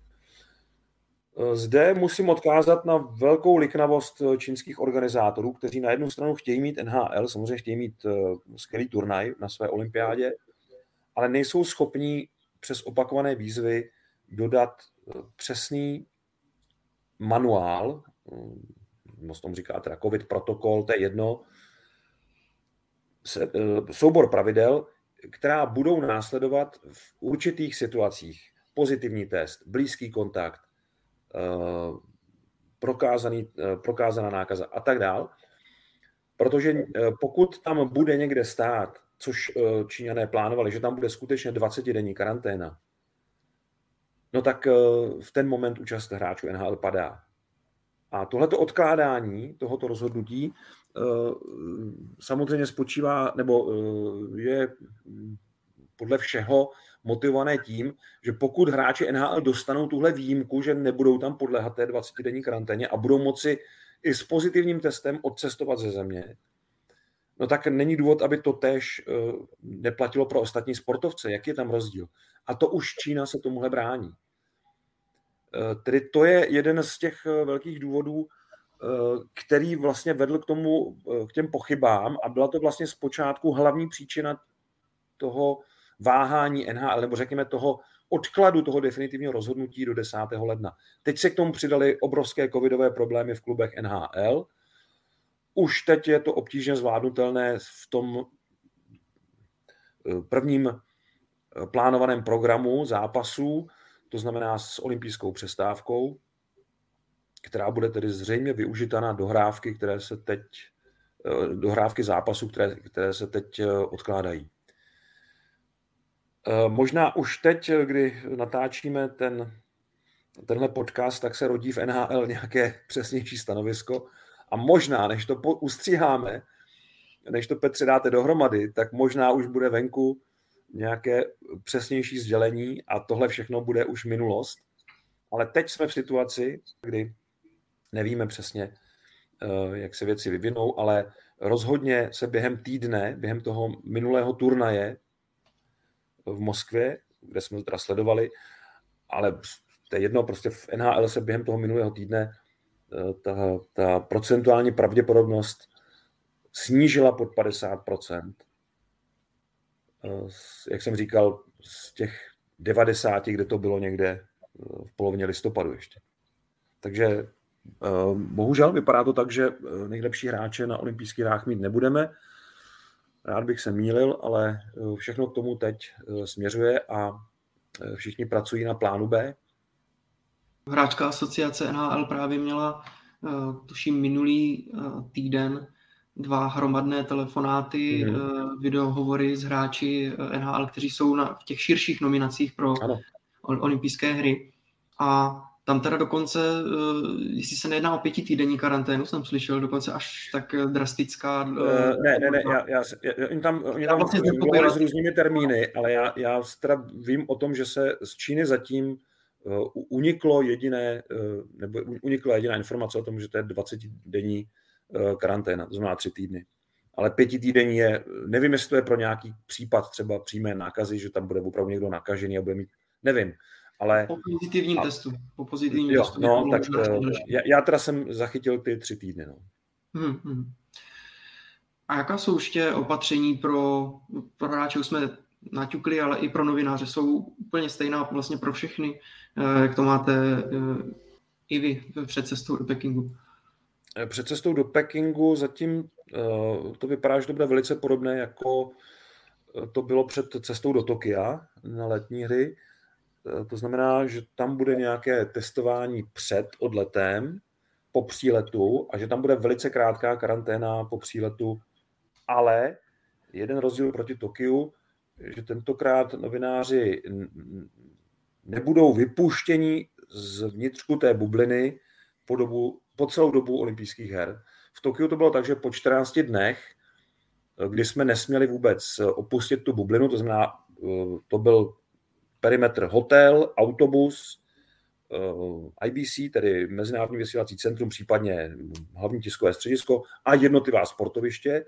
Zde musím odkázat na velkou liknavost čínských organizátorů, kteří na jednu stranu chtějí mít NHL, samozřejmě chtějí mít skvělý turnaj na své olympiádě, ale nejsou schopní přes opakované výzvy dodat přesný manuál, se tomu říká teda COVID protokol, to je jedno, soubor pravidel, která budou následovat v určitých situacích. Pozitivní test, blízký kontakt, prokázaná nákaza a tak dál. Protože pokud tam bude někde stát, což Číňané plánovali, že tam bude skutečně 20denní karanténa, no tak v ten moment účast hráčů NHL padá. A tohleto odkládání tohoto rozhodnutí samozřejmě spočívá, nebo je podle všeho motivované tím, že pokud hráči NHL dostanou tuhle výjimku, že nebudou tam podléhat té 20denní karanténě a budou moci i s pozitivním testem odcestovat ze země, no tak není důvod, aby to též neplatilo pro ostatní sportovce. Jak je tam rozdíl? A to už Čína se tomuhle brání. Tedy to je jeden z těch velkých důvodů, který vlastně vedl k těm pochybám a byla to vlastně zpočátku hlavní příčina toho váhání NHL, nebo řekněme toho odkladu toho definitivního rozhodnutí do 10. ledna. Teď se k tomu přidali obrovské covidové problémy v klubech NHL. Už teď je to obtížně zvládnutelné v tom prvním plánovaném programu zápasů, to znamená s olympijskou přestávkou, která bude tedy zřejmě využita na dohrávky zápasů, které se teď odkládají. Možná už teď, kdy natáčíme tenhle podcast, tak se rodí v NHL nějaké přesnější stanovisko a možná, než to ustříháme, než to, Petře, dáte dohromady, tak možná už bude venku nějaké přesnější sdělení a tohle všechno bude už minulost. Ale teď jsme v situaci, kdy nevíme přesně, jak se věci vyvinou, ale rozhodně se během toho minulého turnaje v Moskvě, kde jsme to teda sledovali, ale to je jedno, prostě v NHL se během toho minulého týdne ta procentuální pravděpodobnost snížila pod 50%. Jak jsem říkal, z těch 90, kde to bylo někde v polovině listopadu ještě. Takže bohužel vypadá to tak, že nejlepší hráče na olympijských hrách mít nebudeme. Rád bych se mýlil, ale všechno k tomu teď směřuje a všichni pracují na plánu B. Hráčská asociace NHL právě měla, tuším, minulý týden 2 hromadné telefonáty, videohovory s hráči NHL, kteří jsou v těch širších nominacích pro olympijské hry. A tam teda dokonce, jestli se nejedná o 5týdenní karanténu, jsem slyšel, dokonce až tak drastická. Oni tam s různými termíny, ale já teda vím o tom, že se z Číny zatím unikla jediná informace o tom, že to je 20denní karanténa, to znamená 3 týdny. Ale 5týdenní je, nevím, jestli to je pro nějaký případ třeba přímé nákazy, že tam bude opravdu někdo nakažený a bude mít, nevím. Ale po pozitivním testu. Testu. No, tak já teda jsem zachytil ty 3 týdny. No. A jaká jsou ještě opatření pro hráče? Už jsme naťukli, ale i pro novináře jsou úplně stejná vlastně pro všechny. Jak to máte i vy před cestou do Pekingu? Před cestou do Pekingu zatím to vypadá, že to bude velice podobné, jako to bylo před cestou do Tokia na letní hry. To znamená, že tam bude nějaké testování před odletem, po příletu a že tam bude velice krátká karanténa po příletu, ale jeden rozdíl proti Tokiu, že tentokrát novináři nebudou vypuštěni z vnitřku té bubliny po celou dobu olympijských her. V Tokiu to bylo tak, že po 14 dnech, kdy jsme nesměli vůbec opustit tu bublinu, to znamená, to byl perimetr hotel, autobus, IBC, tedy Mezinárodní vysílací centrum, případně hlavní tiskové středisko a jednotlivá sportoviště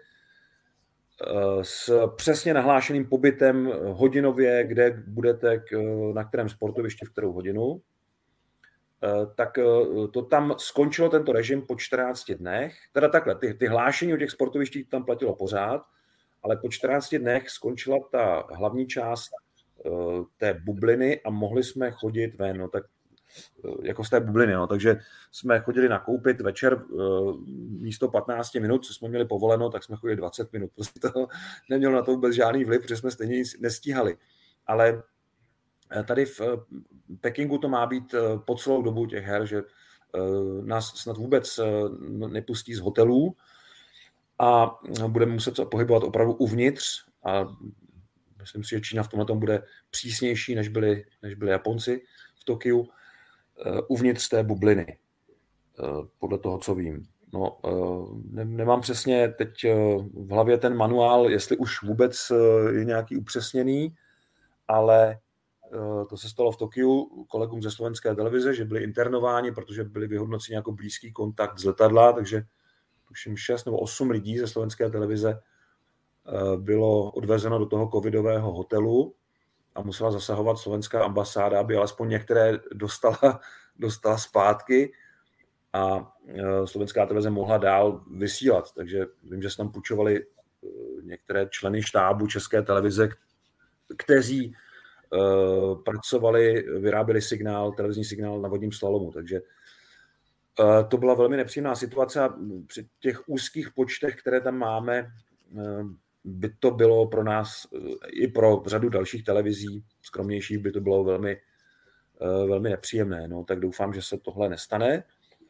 s přesně nahlášeným pobytem hodinově, kde budete, na kterém sportovišti, v kterou hodinu. Tak to tam skončilo tento režim po 14 dnech. Teda takhle, ty hlášení o těch sportovištích tam platilo pořád, ale po 14 dnech skončila ta hlavní část té bubliny a mohli jsme chodit ven, no tak jako z té bubliny, no, takže jsme chodili nakoupit večer místo 15 minut, co jsme měli povoleno, tak jsme chodili 20 minut. Prostě to nemělo na to vůbec žádný vliv, protože jsme stejně nic nestíhali. Ale tady v Pekingu to má být po celou dobu těch her, že nás snad vůbec nepustí z hotelů a budeme muset se pohybovat opravdu uvnitř a myslím si, že Čína v tomhle tom bude přísnější, než byli Japonci v Tokiu, uvnitř té bubliny, podle toho, co vím. No, nemám přesně teď v hlavě ten manuál, jestli už vůbec je nějaký upřesněný, ale to se stalo v Tokiu kolegům ze slovenské televize, že byli internováni, protože byli vyhodnoceni jako blízký kontakt z letadla, takže tuším 6 nebo 8 lidí ze slovenské televize bylo odvezeno do toho covidového hotelu a musela zasahovat slovenská ambasáda, aby alespoň některé dostala zpátky a slovenská televize mohla dál vysílat. Takže vím, že se tam půjčovali některé členy štábu České televize, kteří pracovali, vyráběli televizní signál na vodním slalomu. Takže to byla velmi nepříjemná situace a při těch úzkých počtech, které tam máme, by to bylo pro nás i pro řadu dalších televizí skromnějších by to bylo velmi, velmi nepříjemné. No, tak doufám, že se tohle nestane.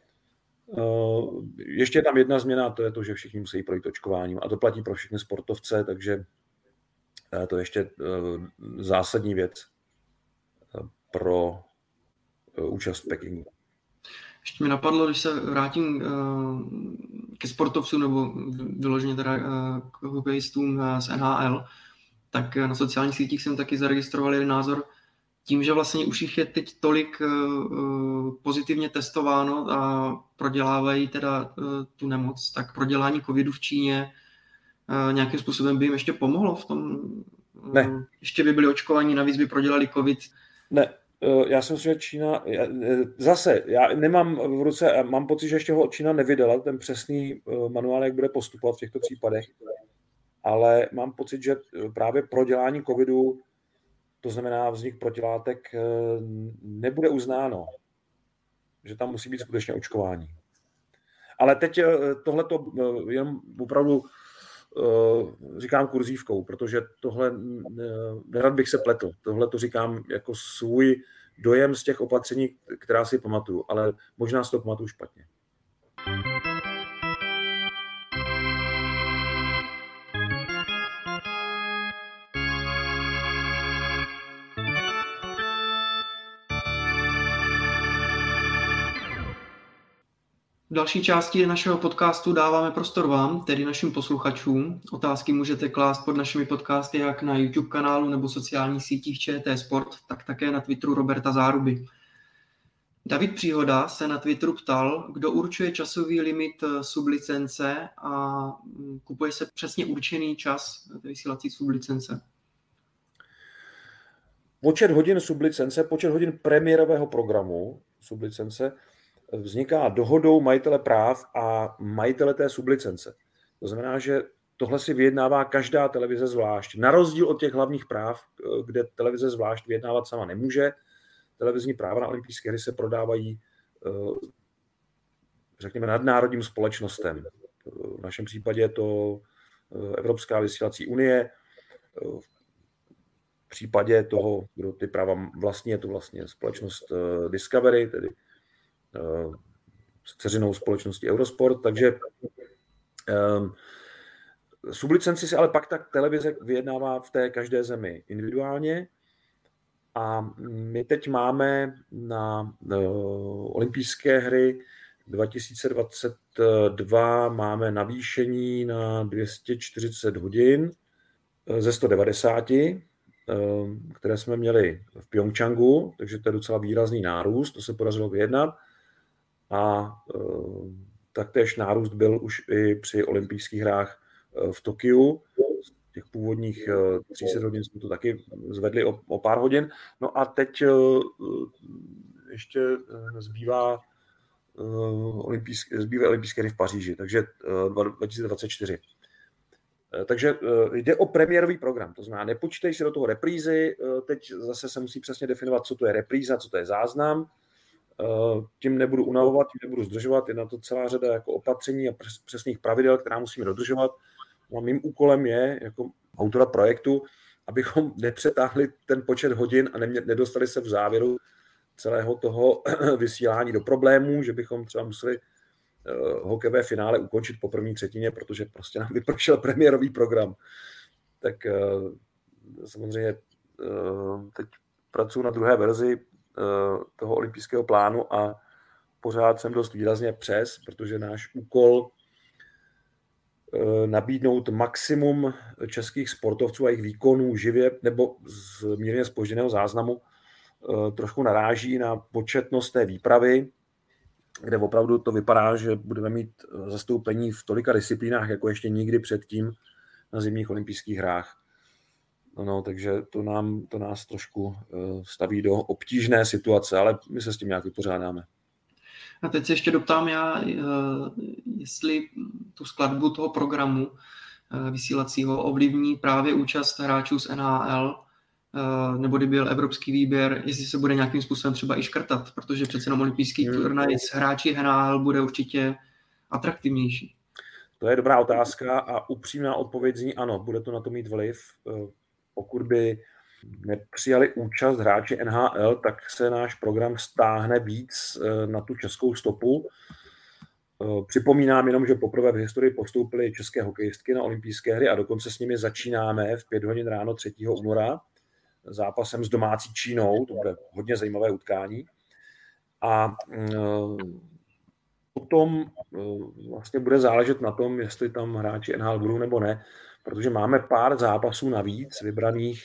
Ještě je tam jedna změna, to je to, že všichni musí projít očkováním a to platí pro všechny sportovce, takže to je ještě zásadní věc pro účast v Pekingu. Ještě mi napadlo, když se vrátím ke sportovcům nebo vyloženě teda k hokejistům z NHL, tak na sociálních sítích jsem taky zaregistroval jeden názor, tím, že vlastně už jich je teď tolik pozitivně testováno a prodělávají teda tu nemoc, tak prodělání covidu v Číně nějakým způsobem by jim ještě pomohlo v tom? Ne. Ještě by byli očkovaní, navíc by prodělali covid? Ne. Já si myslím, že Čína, zase, já nemám v ruce, mám pocit, že ještě ho Čína nevydala, ten přesný manuál, jak bude postupovat v těchto případech, ale mám pocit, že právě prodělání covidu, to znamená vznik protilátek, nebude uznáno, že tam musí být skutečně očkování. Ale teď tohleto jenom opravdu říkám kurzívkou, protože tohle nerad bych se pletl. Tohle to říkám jako svůj dojem z těch opatření, která si pamatuju, ale možná si to pamatuju špatně. V další části našeho podcastu dáváme prostor vám, tedy našim posluchačům. Otázky můžete klást pod našimi podcasty jak na YouTube kanálu nebo sociálních sítích ČT Sport, tak také na Twitteru Roberta Záruby. David Příhoda se na Twitteru ptal, kdo určuje časový limit sublicence a kupuje se přesně určený čas vysílací sublicence. Počet hodin sublicence, počet hodin premiérového programu sublicence vzniká dohodou majitele práv a majitele té sublicence. To znamená, že tohle si vyjednává každá televize zvlášť. Na rozdíl od těch hlavních práv, kde televize zvlášť vyjednávat sama nemůže, televizní práva na olympijské hry se prodávají, řekněme, nadnárodním společnostem. V našem případě je to Evropská vysílací unie. V případě toho, kdo ty práva vlastní, je to vlastně společnost Discovery, tedy s dceřinou společností Eurosport, takže sublicenci si ale pak tak televize vyjednává v té každé zemi individuálně a my teď máme na olympijské hry 2022 máme navýšení na 240 hodin ze 190, které jsme měli v Pyeongchangu, takže to je docela výrazný nárůst, to se podařilo vyjednat. A taktéž nárůst byl už i při olympijských hrách v Tokiu. Z těch původních 300 hodin jsme to taky zvedli o pár hodin. No a teď ještě zbývají olympijské hry v Paříži, takže 2024. Takže jde o premiérový program, to znamená, nepočítej si do toho reprízy, teď zase se musí přesně definovat, co to je repríza, co to je záznam, tím nebudu unavovat, tím nebudu zdržovat, je na to celá řada jako opatření a přesných pravidel, která musíme dodržovat. No, mým úkolem je, jako autora projektu, abychom nepřetáhli ten počet hodin a nedostali se v závěru celého toho vysílání do problémů, že bychom třeba museli hokejové finále ukončit po první třetině, protože prostě nám vypršel premiérový program. Tak samozřejmě teď pracuji na druhé verzi toho olympijského plánu a pořád jsem dost výrazně přes, protože náš úkol nabídnout maximum českých sportovců a jejich výkonů živě nebo z mírně zpožděného záznamu trošku naráží na početnost té výpravy, kde opravdu to vypadá, že budeme mít zastoupení v tolika disciplínách, jako ještě nikdy předtím na zimních olympijských hrách. No, takže to nás trošku staví do obtížné situace, ale my se s tím nějak vypořádáme. A teď se ještě doptám já, jestli tu skladbu toho programu vysílacího ovlivní právě účast hráčů z NHL, nebo kdyby byl evropský výběr, jestli se bude nějakým způsobem třeba i škrtat, protože přece jenom olympijský turnaj s hráči NHL bude určitě atraktivnější. To je dobrá otázka a upřímná odpověď zní ano, bude to na to mít vliv. Pokud by nepřijali účast hráči NHL, tak se náš program stáhne víc na tu českou stopu. Připomínám jenom, že poprvé v historii postoupily české hokejistky na olympijské hry a dokonce s nimi začínáme v 5 hodin ráno 3. února zápasem s domácí Čínou, to bude hodně zajímavé utkání. A potom vlastně bude záležet na tom, jestli tam hráči NHL budou nebo ne, protože máme pár zápasů navíc vybraných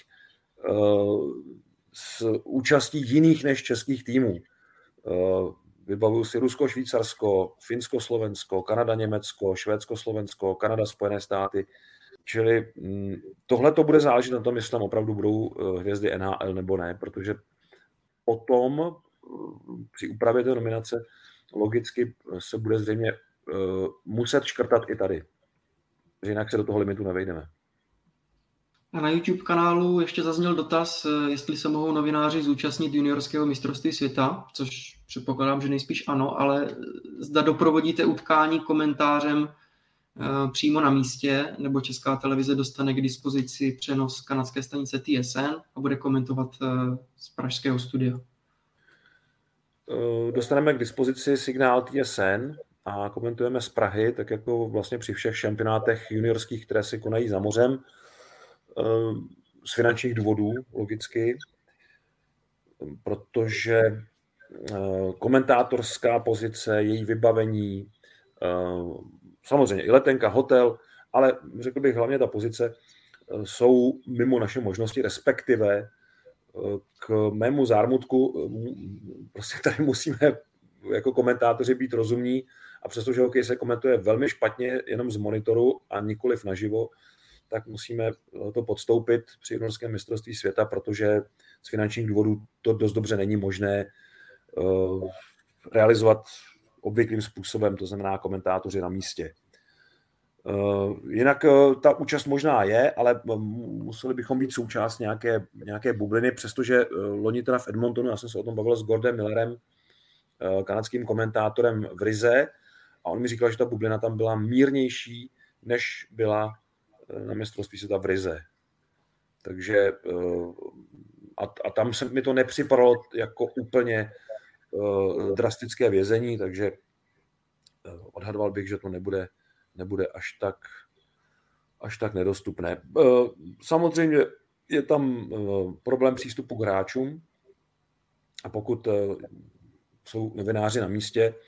s účastí jiných než českých týmů. Vybavuju si Rusko, Švýcarsko, Finsko, Slovensko, Kanada, Německo, Švédsko, Slovensko, Kanada, Spojené státy. Čili tohle to bude záležet na tom, jestli tam opravdu budou hvězdy NHL nebo ne, protože potom při úpravě té nominace logicky se bude zřejmě muset škrtat i tady. Jinak se do toho limitu nevejdeme. A na YouTube kanálu ještě zazněl dotaz, jestli se mohou novináři zúčastnit juniorského mistrovství světa, což předpokládám, že nejspíš ano, ale zda doprovodíte utkání komentářem přímo na místě, nebo Česká televize dostane k dispozici přenos kanadské stanice TSN a bude komentovat z pražského studia. Dostaneme k dispozici signál TSN a komentujeme z Prahy, tak jako vlastně při všech šampionátech juniorských, které se konají za mořem, z finančních důvodů, logicky, protože komentátorská pozice, její vybavení, samozřejmě i letenka, hotel, ale řekl bych hlavně ta pozice, jsou mimo naše možnosti, respektive k mému zármutku, prostě tady musíme jako komentátoři být rozumní a přestože hokej se komentuje velmi špatně jenom z monitoru a nikoliv naživo, tak musíme to podstoupit při juniorském mistrovství světa, protože z finančních důvodů to dost dobře není možné realizovat obvyklým způsobem, to znamená komentátoři na místě. Jinak ta účast možná je, ale museli bychom být součást nějaké bubliny, přestože loni teda v Edmontonu, já jsem se o tom bavil s Gordem Millerem, kanadským komentátorem v Rize, a on mi říkal, že ta bublina tam byla mírnější, než byla na mistrovství světa v Rize. Takže a tam se mi to nepřipadalo jako úplně drastické vězení, takže odhadoval bych, že to nebude až tak nedostupné. Samozřejmě je tam problém přístupu k hráčům a pokud jsou novináři na místě,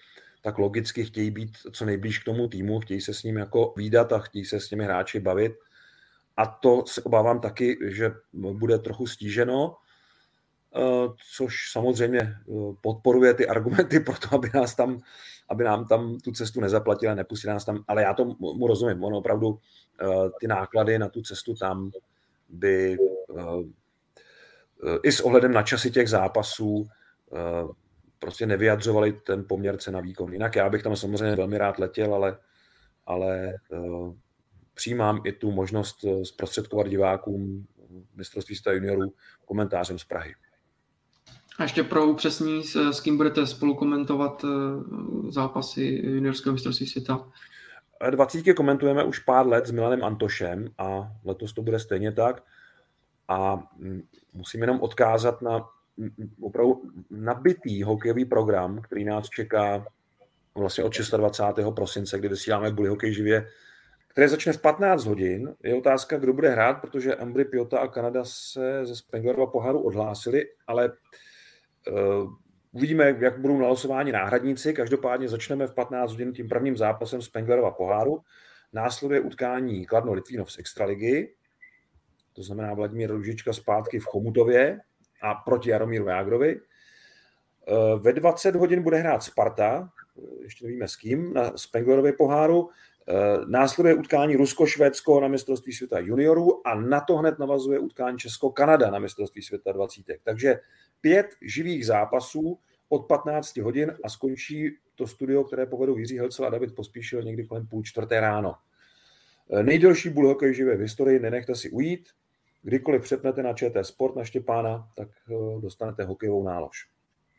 tak logicky chtějí být co nejblíž k tomu týmu, chtějí se s ním jako vídat a chtějí se s těmi hráči bavit. A to se obávám taky, že bude trochu stíženo, což samozřejmě podporuje ty argumenty pro to, aby nám tam tu cestu nezaplatili, nepustili nás tam. Ale já tomu rozumím. Ono opravdu ty náklady na tu cestu tam by i s ohledem na časy těch zápasů prostě nevyjadřovali ten poměr cena výkon. Jinak já bych tam samozřejmě velmi rád letěl, ale přijímám i tu možnost zprostředkovat divákům mistrovství světa juniorů komentářem z Prahy. A ještě pro upřesní, s kým budete spolu komentovat zápasy juniorského mistrovství světa? 20 komentujeme už pár let s Milanem Antošem a letos to bude stejně tak. A musím jenom odkázat na opravdu nabitý hokejový program, který nás čeká vlastně od 26. prosince, kdy vysíláme Bully hokej živě, které začne v 15 hodin. Je otázka, kdo bude hrát, protože Ambry Piotta a Kanada se ze Spenglerova poháru odhlásili, ale uvidíme, jak budou nalosováni náhradníci. Každopádně začneme v 15 hodin tím prvním zápasem Spenglerova poháru. Následuje utkání Kladno-Litvínov z Extraligy, to znamená Vladimír Růžička zpátky v Chomutově a proti Jaromíru Jágrovi. Ve 20 hodin bude hrát Sparta, ještě nevíme s kým, na Spenglerově poháru. Následuje utkání Rusko-Švédsko na mistrovství světa juniorů a na to hned navazuje utkání Česko-Kanada na mistrovství světa 20. Takže 5 živých zápasů od 15 hodin a skončí to studio, které povedou Jiří Helcel a David Pospíšil někdy kolem 3:30 ráno. Nejdelší Bully hokej živě v historii, nenechte si ujít. Kdykoliv přepnete na ČT Sport na Štěpána, tak dostanete hokejovou nálož.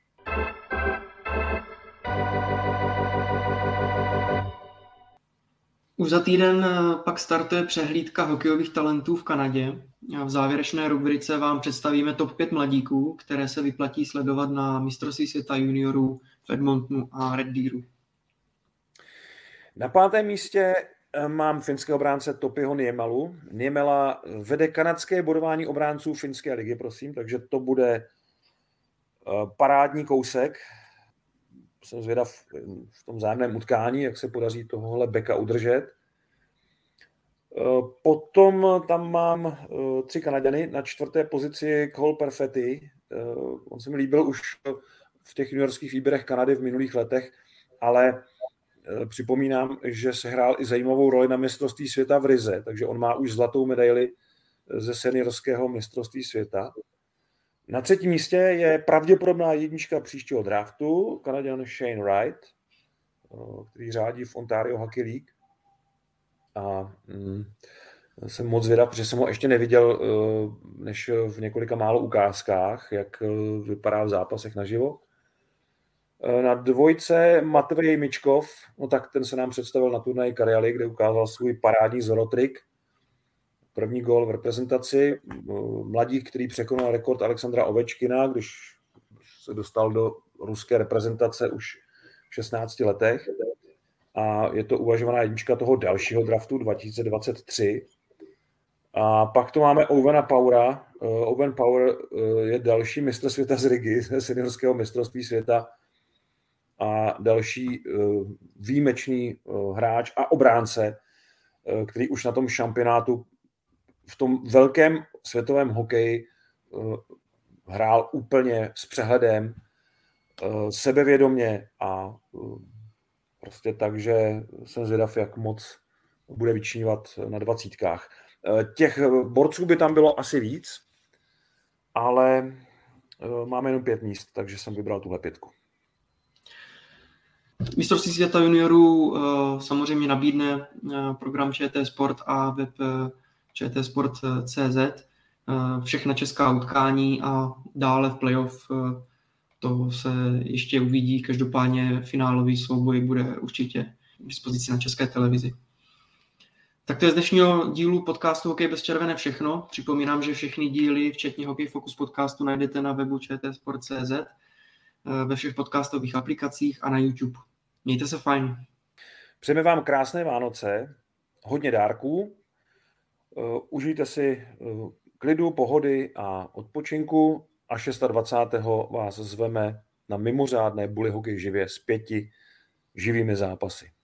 Už za týden pak startuje přehlídka hokejových talentů v Kanadě. V závěrečné rubrice vám představíme top 5 mladíků, které se vyplatí sledovat na mistrovství světa juniorů v Edmontonu a Red Deeru. Na 5. místě mám finského obránce Topiho Niemalu. Niemela vede kanadské bodování obránců finské ligy, prosím, takže to bude parádní kousek. Jsem zvědav v tom vzájemném utkání, jak se podaří tohohle beka udržet. Potom tam mám 3 Kanaďany. Na 4. pozici Cole Perfetti. On se mi líbil už v těch juniorských výběrech Kanady v minulých letech, ale připomínám, že se hrál i zajímavou roli na mistrovství světa v Rize, takže on má už zlatou medaili ze seniorského mistrovství světa. Na 3. místě je pravděpodobná jednička příštího draftu, Kanaďan Shane Wright, který řádí v Ontario Hockey League. A jsem moc zvědav, protože jsem ho ještě neviděl než v několika málo ukázkách, jak vypadá v zápasech naživo. Na 2. Matvej Mičkov, no tak ten se nám představil na turnaji Karjaly, kde ukázal svůj parádní zorotrik. První gól v reprezentaci. Mladík, který překonal rekord Alexandra Ovečkina, když se dostal do ruské reprezentace už v 16 letech. A je to uvažovaná jednička toho dalšího draftu 2023. A pak to máme Ovena Powera. Owen Power je další mistr světa z Rigy, z seniorského mistrovství světa a další výjimečný hráč a obránce, který už na tom šampionátu v tom velkém světovém hokeji hrál úplně s přehledem, sebevědomě a prostě tak, že jsem zvědav, jak moc bude vyčnívat na 20. Těch borců by tam bylo asi víc, ale máme jenom 5 míst, takže jsem vybral tuhle 5. Mistrovství světa juniorů samozřejmě nabídne program ČT Sport a web čtsport.cz. Všechna česká utkání a dále v playoff to se ještě uvidí. Každopádně finálový souboj bude určitě k dispozici na České televizi. Tak to je z dnešního dílu podcastu Hokej bez červené všechno. Připomínám, že všechny díly, včetně Hokej Focus podcastu, najdete na webu čtsport.cz, ve všech podcastových aplikacích a na YouTube. Mějte se fajn. Přejeme vám krásné Vánoce, hodně dárků, užijte si klidu, pohody a odpočinku a 26. vás zveme na mimořádné Bully hokej živě s 5 živými zápasy.